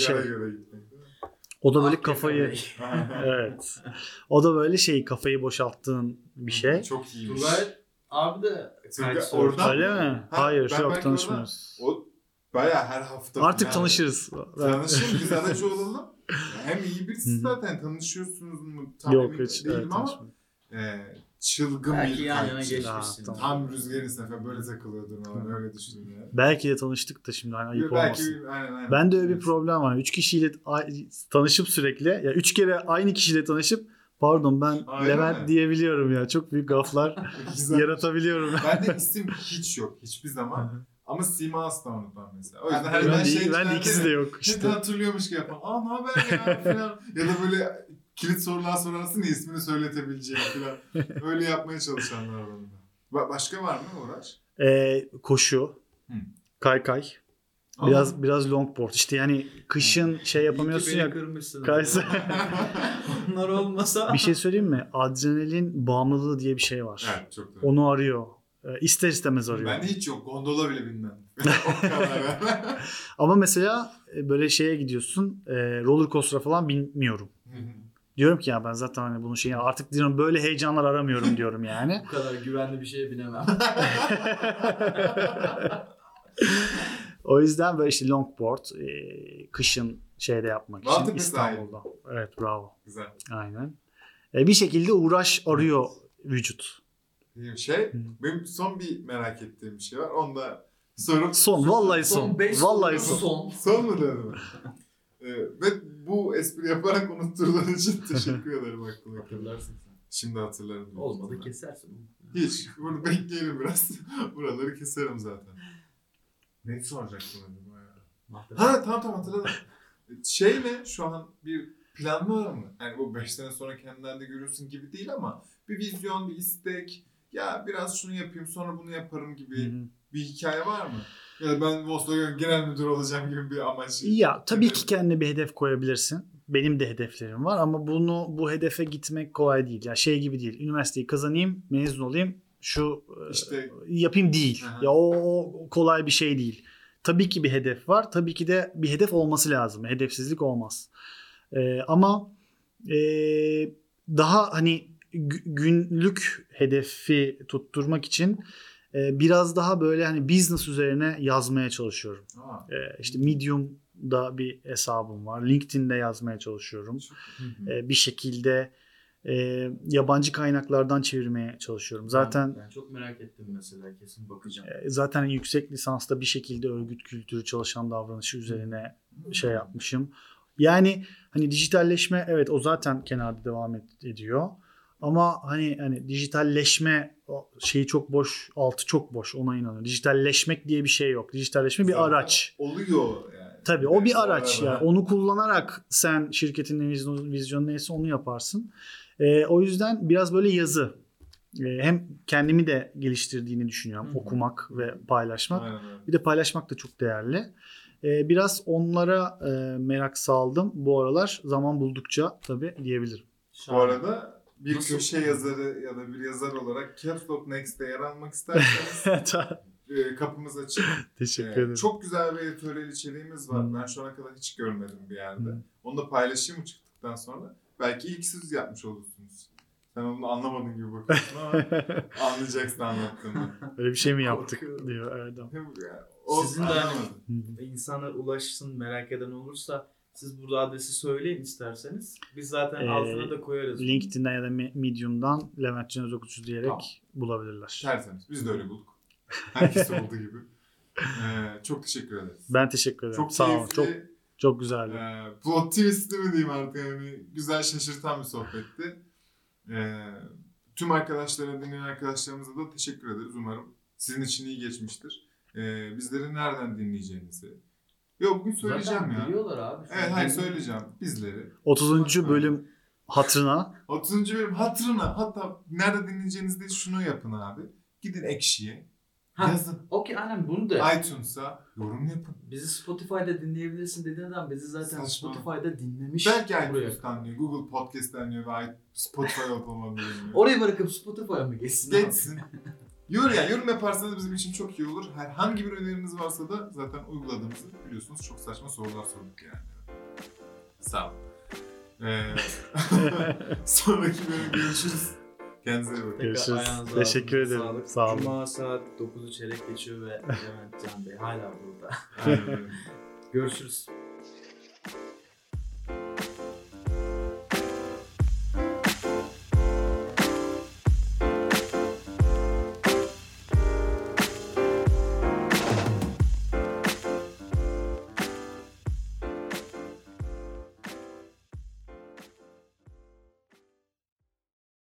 Speaker 3: o da böyle kafayı evet. O da böyle kafayı boşalttığın bir şey.
Speaker 1: Çok iyi.
Speaker 2: Turgay abi de
Speaker 1: oradan
Speaker 3: öyle mi? Hayır, yok tanışmıyoruz.
Speaker 1: O bayağı her hafta
Speaker 3: artık yani tanışırız.
Speaker 1: Tanışırız. Biz aracı olalım. Hem iyi birisi zaten tanışıyorsunuz mu?
Speaker 3: Yok hiç.
Speaker 1: Değilim ama çılgın
Speaker 2: Belki
Speaker 1: bir
Speaker 2: yan yana
Speaker 1: kalpçi.
Speaker 2: geçmişsin.
Speaker 3: tamam.
Speaker 1: Tam rüzgarın sefer böyle takılıyordur falan öyle düşünün yani.
Speaker 3: Belki de tanıştık da şimdi hani ayıp olmasın.
Speaker 1: Belki aynen.
Speaker 3: Ben de öyle bir problem var. 3 kişiyle tanışıp sürekli ya 3 kere aynı kişiyle tanışıp pardon ben
Speaker 1: Aynen
Speaker 3: Levent
Speaker 1: mi?
Speaker 3: diyebiliyorum ya. Çok büyük gaflar
Speaker 1: Güzel.
Speaker 3: yaratabiliyorum.
Speaker 1: Bende isim hiç yok hiçbir zaman. Ama sima asla unutmam mesela. O yüzden her
Speaker 3: Ben de ikisi de yok
Speaker 1: işte.
Speaker 3: işte.
Speaker 1: Hatırlıyormuş gibi yapan. Aa ne haber ya falan. Ya da böyle kilit sorular sorarsın ya ismini söyletebileceğim falan. Öyle yapmaya çalışanlar var bende. Başka var mı uğraş?
Speaker 3: Koşu, kaykay, biraz longboard. İşte yani kışın şey yapamıyorsun ya. Kaysa.
Speaker 2: Onlar olmasa.
Speaker 3: Bir şey söyleyeyim mi? Adrenalin bağımlılığı diye bir şey var.
Speaker 1: Evet çok doğru.
Speaker 3: Onu arıyor. İster istemez arıyor.
Speaker 1: Bende hiç yok. Gondola bile bilmem. O kadar.
Speaker 3: Ama mesela böyle şeye gidiyorsun. Roller coaster'a falan bilmiyorum. Diyorum ki ya ben zaten hani bunun şeyi artık diyorum böyle heyecanlar aramıyorum diyorum yani.
Speaker 2: Bu kadar güvenli bir şeye binemem.
Speaker 3: O yüzden böyle işte longboard kışın şeyde yapmak için
Speaker 1: Maltepe
Speaker 3: İstanbul'da. Evet bravo.
Speaker 1: Güzel.
Speaker 3: Aynen. Bir şekilde uğraş arıyor vücut.
Speaker 1: Benim son bir merak ettiğim bir şey var. Onu da sorup...
Speaker 3: Son vallahi son. Vallahi son.
Speaker 1: Son mu dedim? Ve bu espri yaparak unutturduğun için teşekkür ederim aklıma.
Speaker 2: Hatırlarsın sen.
Speaker 1: Şimdi hatırlarım.
Speaker 2: Olmadı kesersin.
Speaker 1: Hiç. Bunu bekleyelim biraz. Buraları keserim zaten. Ne soracaktım acaba ya? Ha tamam hatırladım. Ne? Şu an bir plan var mı? Yani bu 5 sene sonra kendilerinde görürsün gibi değil ama bir vizyon, bir istek. Ya biraz şunu yapayım sonra bunu yaparım gibi bir hikaye var mı? Ya da ben Volkswagen genel müdür olacağım gibi bir amaç.
Speaker 3: Ya tabii ki kendine bir hedef koyabilirsin. Benim de hedeflerim var ama bu hedefe gitmek kolay değil. Ya şey gibi değil. Üniversiteyi kazanayım, mezun olayım, şu
Speaker 1: İşte
Speaker 3: yapayım değil.
Speaker 1: Aha.
Speaker 3: Ya o kolay bir şey değil. Tabii ki bir hedef var. Tabii ki de bir hedef olması lazım. Hedefsizlik olmaz. Ama daha hani günlük hedefi tutturmak için biraz daha böyle hani business üzerine yazmaya çalışıyorum. İşte Medium'da bir hesabım var. LinkedIn'de yazmaya çalışıyorum. Bir şekilde yabancı kaynaklardan çevirmeye çalışıyorum. Zaten
Speaker 2: ben çok merak ettim mesela kesin bakacağım.
Speaker 3: Zaten yüksek lisansta bir şekilde örgüt kültürü, çalışan davranışı üzerine şey yapmışım. Yani hani dijitalleşme evet o zaten kenarda devam ediyor. Ama hani dijitalleşme şeyi çok boş, altı çok boş, ona inanıyorum. Dijitalleşmek diye bir şey yok. Dijitalleşme bir araç.
Speaker 1: Oluyor yani.
Speaker 3: Tabii o bir araç yani. Onu kullanarak sen şirketin vizyonu neyse onu yaparsın. O yüzden biraz böyle yazı. Hem kendimi de geliştirdiğini düşünüyorum. Okumak ve paylaşmak.
Speaker 1: Aynen.
Speaker 3: Bir de paylaşmak da çok değerli. Biraz onlara merak saldım bu aralar. Zaman buldukça tabii diyebilirim.
Speaker 1: Bu arada bir köşe yazarı ya da bir yazar olarak Caps Lock Next'te yer almak isterseniz kapımız açık.
Speaker 3: Teşekkür ederim.
Speaker 1: Çok güzel bir editoryal içeriğimiz var. Ben şu ana kadar hiç görmedim bir yerde. Onu da paylaşayım mı çıktıktan sonra? Belki ilk siz yapmış olursunuz. Sen onu anlamadın gibi bakıyorsun ama anlayacaksın anlattığımı.
Speaker 3: Öyle bir şey mi yaptık diyor Erdem.
Speaker 2: Sizin de hani insanlar ulaşsın merak eden olursa siz burada adresi söyleyin isterseniz. Biz zaten altına da koyarız.
Speaker 3: LinkedIn'den ya da Medium'dan Levent Can Özokutçu diyerek bulabilirler.
Speaker 1: Tertemiz. Biz de öyle bulduk. Herkes olduğu gibi. Çok teşekkür ederiz.
Speaker 3: Ben teşekkür ederim.
Speaker 1: Çok
Speaker 3: sağ olun.
Speaker 1: keyifli.
Speaker 3: Çok güzeldi.
Speaker 1: Plot twist'i mi diyeyim artık yani. Güzel şaşırtan bir sohbetti. Tüm arkadaşlara, dinleyen arkadaşlarımıza da teşekkür ederiz. Umarım sizin için iyi geçmiştir. Bizleri nereden dinleyeceğinizi. Yok bugün söyleyeceğim
Speaker 2: zaten
Speaker 1: ya.
Speaker 2: Biliyorlar abi.
Speaker 1: Evet hayır söyleyeceğim bizleri.
Speaker 3: 30. bölüm hatırına.
Speaker 1: 30. bölüm hatırına. Hatta nerede dinleyeceğinizi de şunu yapın abi. Gidin Ekşi'ye. Yazın.
Speaker 2: Okey aynen bunu da.
Speaker 1: iTunes'a yorum yapın.
Speaker 2: Bizi Spotify'da dinleyebilirsin dediğin adam bizi zaten
Speaker 1: Saçma.
Speaker 2: Spotify'da dinlemiş.
Speaker 1: Belki iTunes'tan diyor, Google Podcast'tan diyor ve Spotify olmadan diyor.
Speaker 2: Orayı bırakıp Spotify'a mı geçsin?
Speaker 1: Geçsin. Yorum yaparsanız bizim için çok iyi olur. Herhangi bir öneriniz varsa da zaten uyguladığımızı biliyorsunuz. Çok saçma sorular sorduk yani. Sağ olun. Sonraki bölüm görüşürüz. Kendinize iyi bakın.
Speaker 3: Görüşürüz. Teşekkür ederim. Sağ olun.
Speaker 2: Cuma saat 9'u çeyrek geçiyor ve Levent Can Bey hala burada.
Speaker 1: Aynen öyle.
Speaker 2: Görüşürüz.